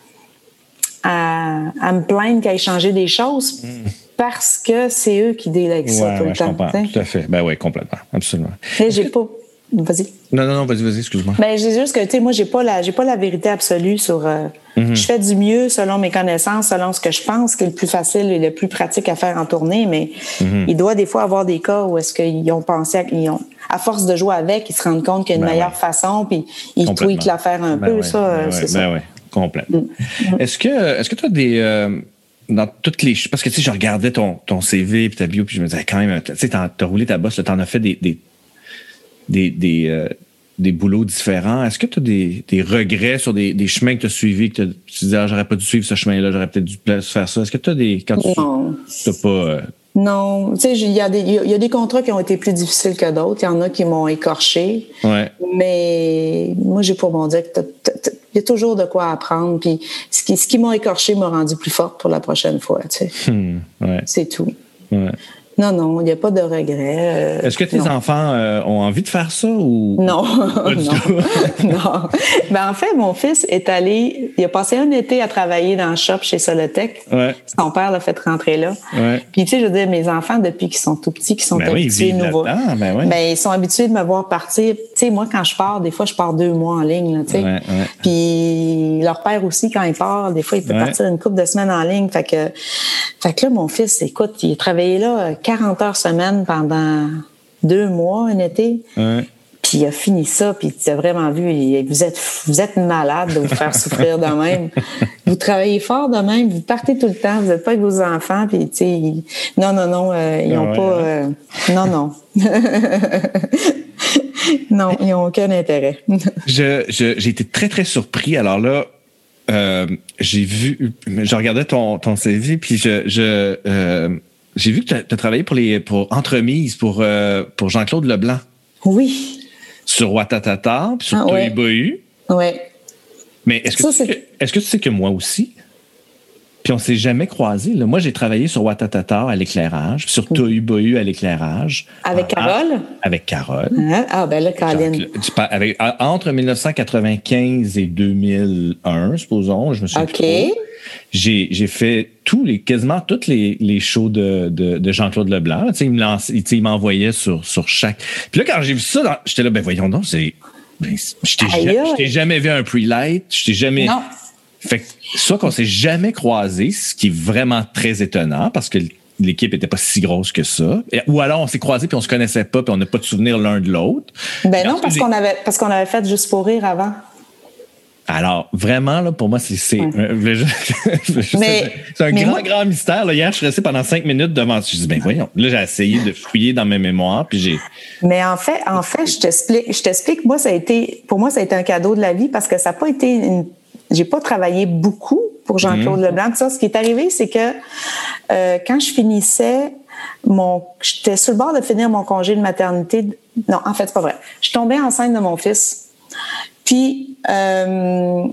S2: à, à me plaindre qu'il ait changé des choses. Mm. Parce que c'est eux qui délèguent ça
S1: ouais,
S2: tout
S1: ouais,
S2: le
S1: je
S2: temps.
S1: Comprends,
S2: t'sais.
S1: tout à fait. Ben oui, complètement. Absolument.
S2: Et j'ai pas... Vas-y.
S1: Non, non, non, vas-y, vas-y, excuse-moi.
S2: Ben, j'ai juste que, tu sais, moi, j'ai pas la, j'ai pas la vérité absolue sur... Euh, mm-hmm. Je fais du mieux selon mes connaissances, selon ce que je pense qui est le plus facile et le plus pratique à faire en tournée, mais mm-hmm. il doit des fois avoir des cas où est-ce qu'ils ont pensé, à, ils ont, à force de jouer avec, ils se rendent compte qu'il y a une ben meilleure ouais. façon, puis ils tweakent l'affaire un
S1: ben
S2: peu,
S1: ouais,
S2: ça,
S1: ben
S2: c'est
S1: ouais,
S2: ça.
S1: Ben oui, complètement. Mm-hmm. Est-ce que, est-ce que tu as des... Euh... dans toutes les parce que tu sais je regardais ton ton C V puis ta bio puis je me disais quand même tu sais t'as, t'as roulé ta bosse, t'en as fait des des des des, euh, des boulots différents. Est-ce que tu as des des regrets sur des des chemins que tu as suivis que tu disais ah, j'aurais pas dû suivre ce chemin-là, j'aurais peut-être dû faire ça. Est-ce que tu as des quand tu
S2: non.
S1: t'as pas euh...
S2: Non, tu sais, il y a des il y a des contrats qui ont été plus difficiles que d'autres, il y en a qui m'ont écorché.
S1: Ouais.
S2: Mais moi j'ai pour mon dire que il y a toujours de quoi apprendre, puis ce qui, ce qui m'a écorché m'a rendu plus forte pour la prochaine fois, tu sais.
S1: Hmm, ouais.
S2: C'est tout.
S1: Ouais.
S2: Non, non, il n'y a pas de regret. Euh,
S1: Est-ce que tes
S2: non.
S1: enfants euh, ont envie de faire ça ou
S2: non,
S1: pas du
S2: non,
S1: tout?
S2: non. Ben en fait, mon fils est allé, il a passé un été à travailler dans le shop chez Solotech.
S1: Ouais.
S2: Son père l'a fait rentrer là.
S1: Ouais.
S2: Puis tu sais, je veux dire, mes enfants depuis qu'ils sont tout petits, qui sont
S1: ben
S2: habitués
S1: oui,
S2: nouveaux.
S1: Ben, oui.
S2: ben ils sont habitués de me voir partir. Tu sais, moi quand je pars, des fois je pars deux mois en ligne, tu sais.
S1: Ouais, ouais.
S2: Puis leur père aussi quand il part, des fois il peut
S1: ouais.
S2: partir une couple de semaines en ligne. Fait que, fait que là mon fils, écoute, il a travaillé là quarante heures semaine pendant deux mois, un été.
S1: Ouais.
S2: Puis il a fini ça, puis tu as vraiment vu, vous êtes, vous êtes malade de vous faire souffrir de même. Vous travaillez fort de même, vous partez tout le temps, vous n'êtes pas avec vos enfants, puis tu sais, ils... non, non, non, euh, ils n'ont ah ouais, pas... Euh... Non, non. non, ils n'ont aucun intérêt.
S1: je, je, j'ai été très, très surpris. Alors là, euh, j'ai vu... Je regardais ton, ton C V, puis je... je euh, j'ai vu que tu as travaillé pour les pour Entremise, pour, euh, pour Jean-Claude Leblanc.
S2: Oui.
S1: Sur Ouattatata, puis sur
S2: ah,
S1: Tohu Bohu.
S2: Oui.
S1: Mais est-ce que, ça, tu sais que, est-ce que tu sais que moi aussi? Puis on s'est jamais croisés. Là. Moi, j'ai travaillé sur Ouattatata à l'éclairage, puis sur Tohu Bohu à l'éclairage.
S2: Avec
S1: en,
S2: Carole?
S1: Avec Carole.
S2: Ah, ah ben là, Caroline.
S1: Avec, entre dix-neuf cent quatre-vingt-quinze et deux mille un, supposons, je me suis
S2: OK.
S1: Trop. J'ai, j'ai fait tous les, quasiment tous les, les shows de, de, de Jean-Claude Leblanc. Tu sais, il me lançait, tu sais, il m'envoyait sur, sur chaque. Puis là, quand j'ai vu ça, dans, j'étais là, ben voyons donc, c'est, ben, je t'ai, ja, je t'ai jamais vu un pre-light, je t'ai jamais.
S2: Non.
S1: Fait que, soit qu'on s'est jamais croisés, ce qui est vraiment très étonnant parce que l'équipe était pas si grosse que ça. Et, ou alors on s'est croisés puis on se connaissait pas puis on n'a pas de souvenirs l'un de l'autre.
S2: Ben non, parce qu'on avait, parce qu'on avait fait Juste pour rire avant.
S1: Alors, vraiment, là, pour moi, c'est, c'est,
S2: ouais.
S1: euh, je, je, je, mais, c'est un mais grand, moi... grand mystère. Là. Hier, je suis resté pendant cinq minutes devant. Je dis, ben voyons. Là, j'ai essayé de fouiller dans mes mémoires, puis j'ai.
S2: Mais en fait, en fait, je t'explique. Je t'explique. Moi, ça a été, pour moi, ça a été un cadeau de la vie parce que ça n'a pas été une. J'ai pas travaillé beaucoup pour Jean-Claude mmh. Leblanc. Ça, ce qui est arrivé, c'est que euh, quand je finissais mon, j'étais sur le bord de finir mon congé de maternité. Non, en fait, c'est pas vrai. Je tombais enceinte de mon fils. Puis, euh,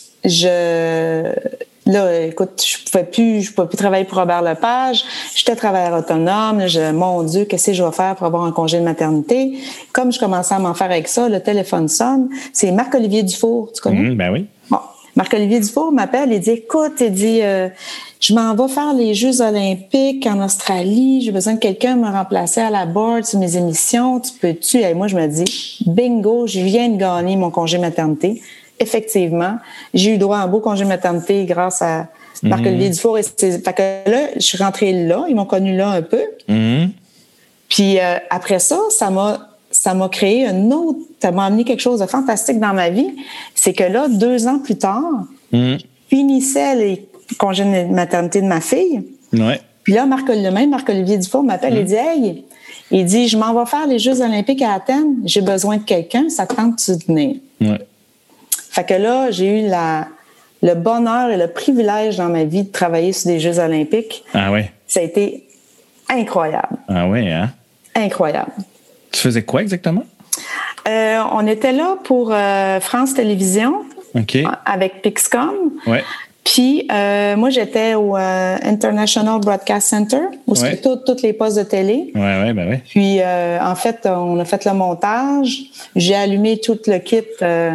S2: je... Là, écoute, je pouvais plus, je pouvais plus travailler pour Robert Lepage. J'étais travailleur autonome. Là, je, mon Dieu, qu'est-ce que je vais faire pour avoir un congé de maternité? Comme je commençais à m'en faire avec ça, le téléphone sonne. C'est Marc-Olivier Dufour, tu connais?
S3: Mmh, ben oui.
S2: Bon. Marc-Olivier Dufour m'appelle et dit, écoute, il dit, euh, je m'en vais faire les Jeux olympiques en Australie. J'ai besoin de quelqu'un me remplacer à la board sur mes émissions. Tu peux-tu? Et moi, je me dis, bingo, je viens de gagner mon congé maternité. Effectivement, j'ai eu droit à un beau congé maternité grâce à Marc-Olivier mmh. Dufour. Et c'est, fait que là, je suis rentrée là. Ils m'ont connue là un peu. Mmh. Puis euh, après ça, ça m'a, ça m'a créé une autre... Ça m'a amené quelque chose de fantastique dans ma vie. C'est que là, deux ans plus tard, mmh. je finissais les congés de maternité de ma fille.
S3: Ouais.
S2: Puis là, Marc, le même Marc-Olivier Dufour m'appelle et dit « Hey, il dit, je m'en vais faire les Jeux olympiques à Athènes. J'ai besoin de quelqu'un. Ça te tente-tu de venir? Ouais. » Fait que là, j'ai eu la, le bonheur et le privilège dans ma vie de travailler sur des Jeux olympiques.
S3: Ah oui?
S2: Ça a été incroyable.
S3: Ah oui, hein?
S2: Incroyable.
S3: Tu faisais quoi exactement?
S2: Euh, on était là pour euh, France Télévisions.
S3: OK.
S2: Avec Pixcom.
S3: Ouais.
S2: Puis, euh, moi, j'étais au euh, International Broadcast Center, où ouais. c'était tous les postes de télé.
S3: Oui, oui, ben oui.
S2: Puis, euh, en fait, on a fait le montage. J'ai allumé tout le kit euh,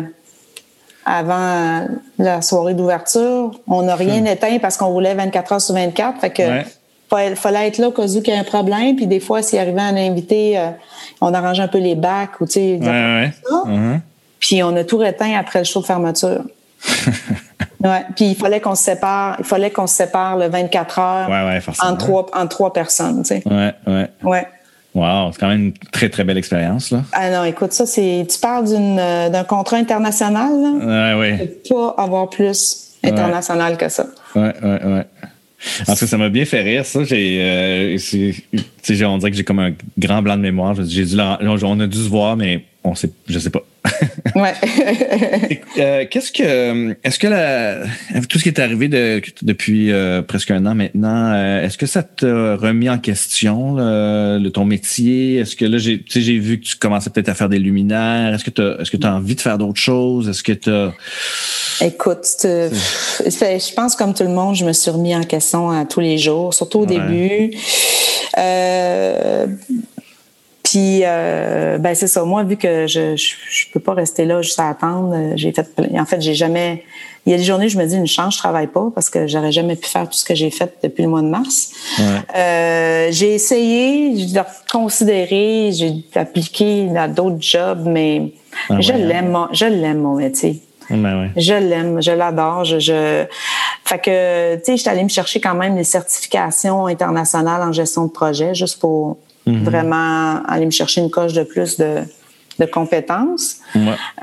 S2: avant la soirée d'ouverture. On n'a rien hum. éteint parce qu'on roulait vingt-quatre heures sur vingt-quatre. Fait que ouais. fallait, fallait être là au cas où il y a un problème. Puis des fois, s'il arrivait un invité, euh, on arrangeait un peu les bacs ou tu sais.
S3: Ouais, ouais. Uh-huh.
S2: Puis on a tout éteint après le show de fermeture. Ouais. Puis il fallait qu'on se sépare. Il fallait qu'on se sépare le vingt-quatre heures
S3: ouais, ouais,
S2: en trois en trois personnes. Tu sais.
S3: Ouais, ouais.
S2: Ouais.
S3: Wow, c'est quand même une très, très belle expérience, là.
S2: Ah non, écoute, ça, c'est. Tu parles d'une, d'un contrat international, là.
S3: Ouais, oui.
S2: Tu peux pas avoir plus international ouais. que ça.
S3: Ouais, ouais, ouais. En tout cas, ça m'a bien fait rire, ça. J'ai, euh, c'est, tu sais, on dirait que j'ai comme un grand blanc de mémoire. J'ai dû, on a dû se voir, mais on sait, je sais pas.
S2: Ouais.
S3: euh, qu'est-ce que, est-ce que la, tout ce qui est arrivé de, depuis euh, presque un an maintenant, euh, est-ce que ça t'a remis en question le, le ton métier? Est-ce que là, j'ai, tu sais, j'ai vu que tu commençais peut-être à faire des luminaires. Est-ce que t'as, est-ce que t'as envie de faire d'autres choses? Est-ce que t'as...
S2: Écoute, je pense comme tout le monde, je me suis remis en question à tous les jours, surtout au ouais. début. Euh, Puis, euh, ben c'est ça. Moi, vu que je, je je peux pas rester là juste à attendre, j'ai fait plein. En fait, j'ai jamais. Il y a des journées où je me dis une chance, je travaille pas parce que j'aurais jamais pu faire tout ce que j'ai fait depuis le mois de mars. Ouais. Euh, j'ai essayé de considérer, j'ai appliqué à d'autres jobs, mais ah je ouais, l'aime, hein. je l'aime mon métier.
S3: Ben ouais.
S2: Je l'aime, je l'adore. Je, je... Fait que, tu sais, je suis allée me chercher quand même des certifications internationales en gestion de projet, juste pour mm-hmm. vraiment aller me chercher une coche de plus de, de compétences. Ouais.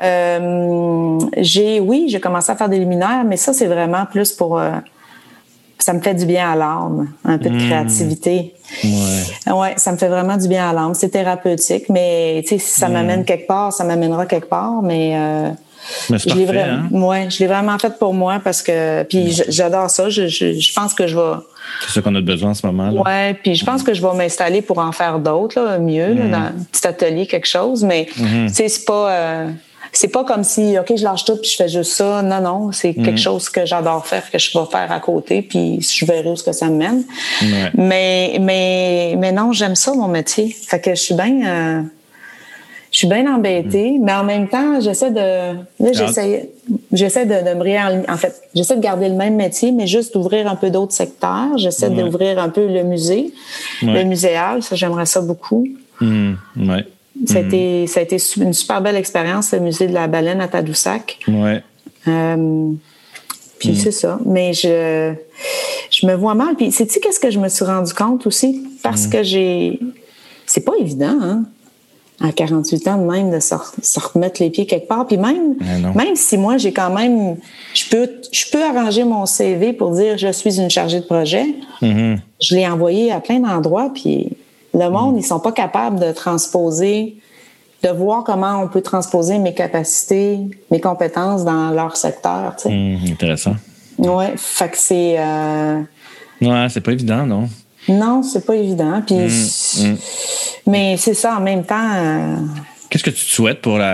S2: Euh, j'ai, oui, j'ai commencé à faire des luminaires, mais ça, c'est vraiment plus pour... Euh, ça me fait du bien à l'âme, un peu de mmh. créativité. Ouais. Ouais, ça me fait vraiment du bien à l'âme. C'est thérapeutique, mais tu sais, si ça mmh. m'amène quelque part, ça m'amènera quelque part, mais... Euh,
S3: Mais c'est
S2: je l'ai
S3: parfait,
S2: vraiment,
S3: hein?
S2: ouais, je l'ai vraiment fait pour moi parce que puis ouais. j'adore ça. Je, je, je pense que je vais.
S3: C'est ça qu'on a besoin en ce moment. Là.
S2: Ouais, puis je pense que je vais m'installer pour en faire d'autres, là, mieux, mm. là, dans un petit atelier, quelque chose. Mais mm-hmm. tu sais, c'est pas, euh, c'est pas comme si, ok, je lâche tout puis je fais juste ça. Non, non, c'est mm. quelque chose que j'adore faire, que je vais faire à côté, puis je verrai où ce que ça me mène. Ouais. Mais, mais, mais non, j'aime ça mon métier. Fait que je suis bien. Euh, Je suis bien embêtée, mmh. mais en même temps, j'essaie de... Là, j'essaie, j'essaie de, de me réaligner. En fait, j'essaie de garder le même métier, mais juste d'ouvrir un peu d'autres secteurs. J'essaie ouais. d'ouvrir un peu le musée, ouais. le muséal. Ça, j'aimerais ça beaucoup.
S3: Mmh. Ouais.
S2: Ça, a
S3: mmh.
S2: été, ça a été une super belle expérience, le musée de la baleine à Tadoussac.
S3: Ouais.
S2: Euh, puis mmh. c'est ça. Mais je, je me vois mal. Puis sais-tu qu'est-ce que je me suis rendu compte aussi? Parce mmh. que j'ai... C'est pas évident, hein? À quarante-huit ans de même, de se, se remettre les pieds quelque part. Puis même, même si moi, j'ai quand même... Je peux, je peux arranger mon C V pour dire « je suis une chargée de projet mm-hmm. ». Je l'ai envoyé à plein d'endroits, puis le monde, mm. ils sont pas capables de transposer, de voir comment on peut transposer mes capacités, mes compétences dans leur secteur, tu sais.
S3: Mm, intéressant.
S2: Ouais, fait que c'est... Euh...
S3: Ouais, c'est pas évident, non?
S2: Non, c'est pas évident. Puis,
S3: mm, mm.
S2: mais c'est ça en même temps. Euh...
S3: Qu'est-ce que tu te souhaites pour la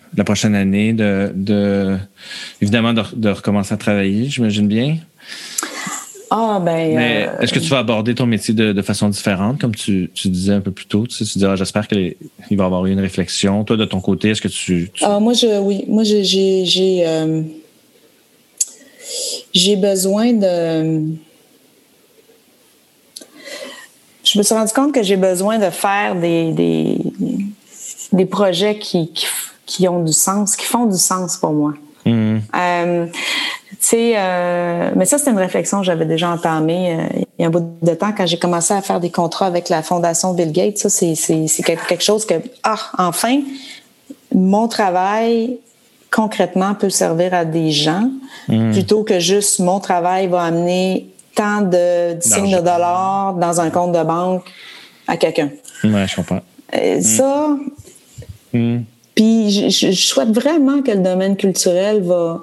S3: la prochaine année, de, de évidemment de, de recommencer à travailler, j'imagine bien.
S2: Ah, ben.
S3: Mais
S2: euh,
S3: est-ce que tu vas aborder ton métier de, de façon différente, comme tu, tu disais un peu plus tôt? Tu sais, tu disais, ah, j'espère qu'il va y avoir eu une réflexion. Toi, de ton côté, est-ce que tu. tu...
S2: Ah, moi, je, oui. Moi, j'ai. J'ai, j'ai, euh, j'ai besoin de. Je me suis rendu compte que j'ai besoin de faire des, des, des projets qui, qui, qui ont du sens, qui font du sens pour moi.
S3: Mmh.
S2: Euh, tu sais, euh, mais ça, c'est une réflexion que j'avais déjà entamée euh, il y a un bout de temps quand j'ai commencé à faire des contrats avec la Fondation Bill Gates. Ça, c'est, c'est, c'est quelque chose que, ah, enfin, mon travail, concrètement, peut servir à des gens mmh. plutôt que juste mon travail va amener tant de signes de dollars dans un compte de banque à quelqu'un.
S3: Ouais, je comprends.
S2: Et mmh. Ça, mmh. puis je, je, je souhaite vraiment que le domaine culturel va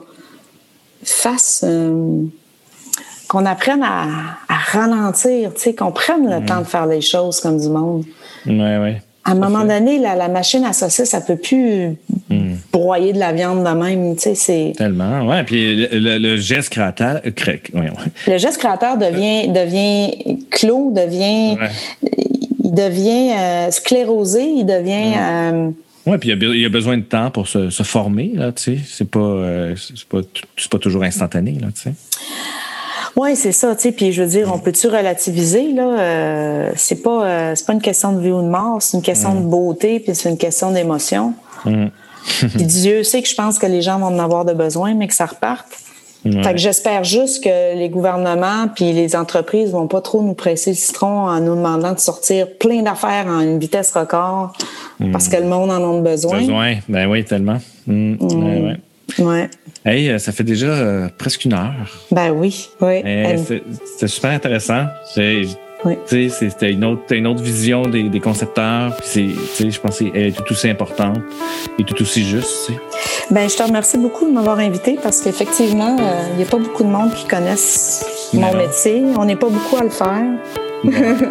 S2: fasse euh, qu'on apprenne à, à ralentir, tu sais, qu'on prenne le mmh. temps de faire les choses comme du monde.
S3: Ouais, ouais.
S2: À un moment fait. donné, la, la machine à saucisse, elle peut plus mmh. broyer de la viande de même, tu sais, c'est...
S3: Tellement, ouais. Puis le, le, le geste créateur... Euh, cré... ouais, ouais.
S2: Le geste créateur devient, devient clos, devient... Ouais. Il devient euh, sclérosé, il devient... Mmh. Euh,
S3: oui, puis il y, y a besoin de temps pour se, se former, là, tu sais. C'est pas, euh, c'est pas, c'est pas toujours instantané, là, tu sais.
S2: Oui, c'est ça, tu sais. Puis je veux dire, on peut-tu relativiser, là? Euh, c'est pas, euh, c'est pas une question de vie ou de mort, c'est une question mmh. de beauté, puis c'est une question d'émotion. Mmh. Puis Dieu sait que je pense que les gens vont en avoir de besoin, mais que ça reparte. Ouais. Fait que j'espère juste que les gouvernements puis les entreprises vont pas trop nous presser le citron en nous demandant de sortir plein d'affaires en une vitesse record mmh. parce que le monde en a besoin.
S3: Besoin, ben oui, tellement. Mmh. Mmh. Ben ouais.
S2: Ouais.
S3: Hey, ça fait déjà euh, presque une heure.
S2: Ben oui, oui.
S3: Elle... C'est, c'était super intéressant. C'est, oui. Tu sais, c'était une autre, une autre vision des, des concepteurs. Puis c'est, tu sais, je pense qu'elle est tout aussi importante et tout aussi juste. Tu sais.
S2: Ben, je te remercie beaucoup de m'avoir invité parce qu'effectivement, il euh, n'y a pas beaucoup de monde qui connaissent mon non. métier. On n'est pas beaucoup à le faire.
S3: Bon.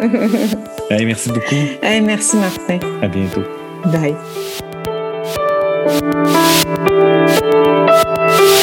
S3: Hey, merci beaucoup.
S2: Hey, merci, Martin.
S3: À bientôt.
S2: Bye.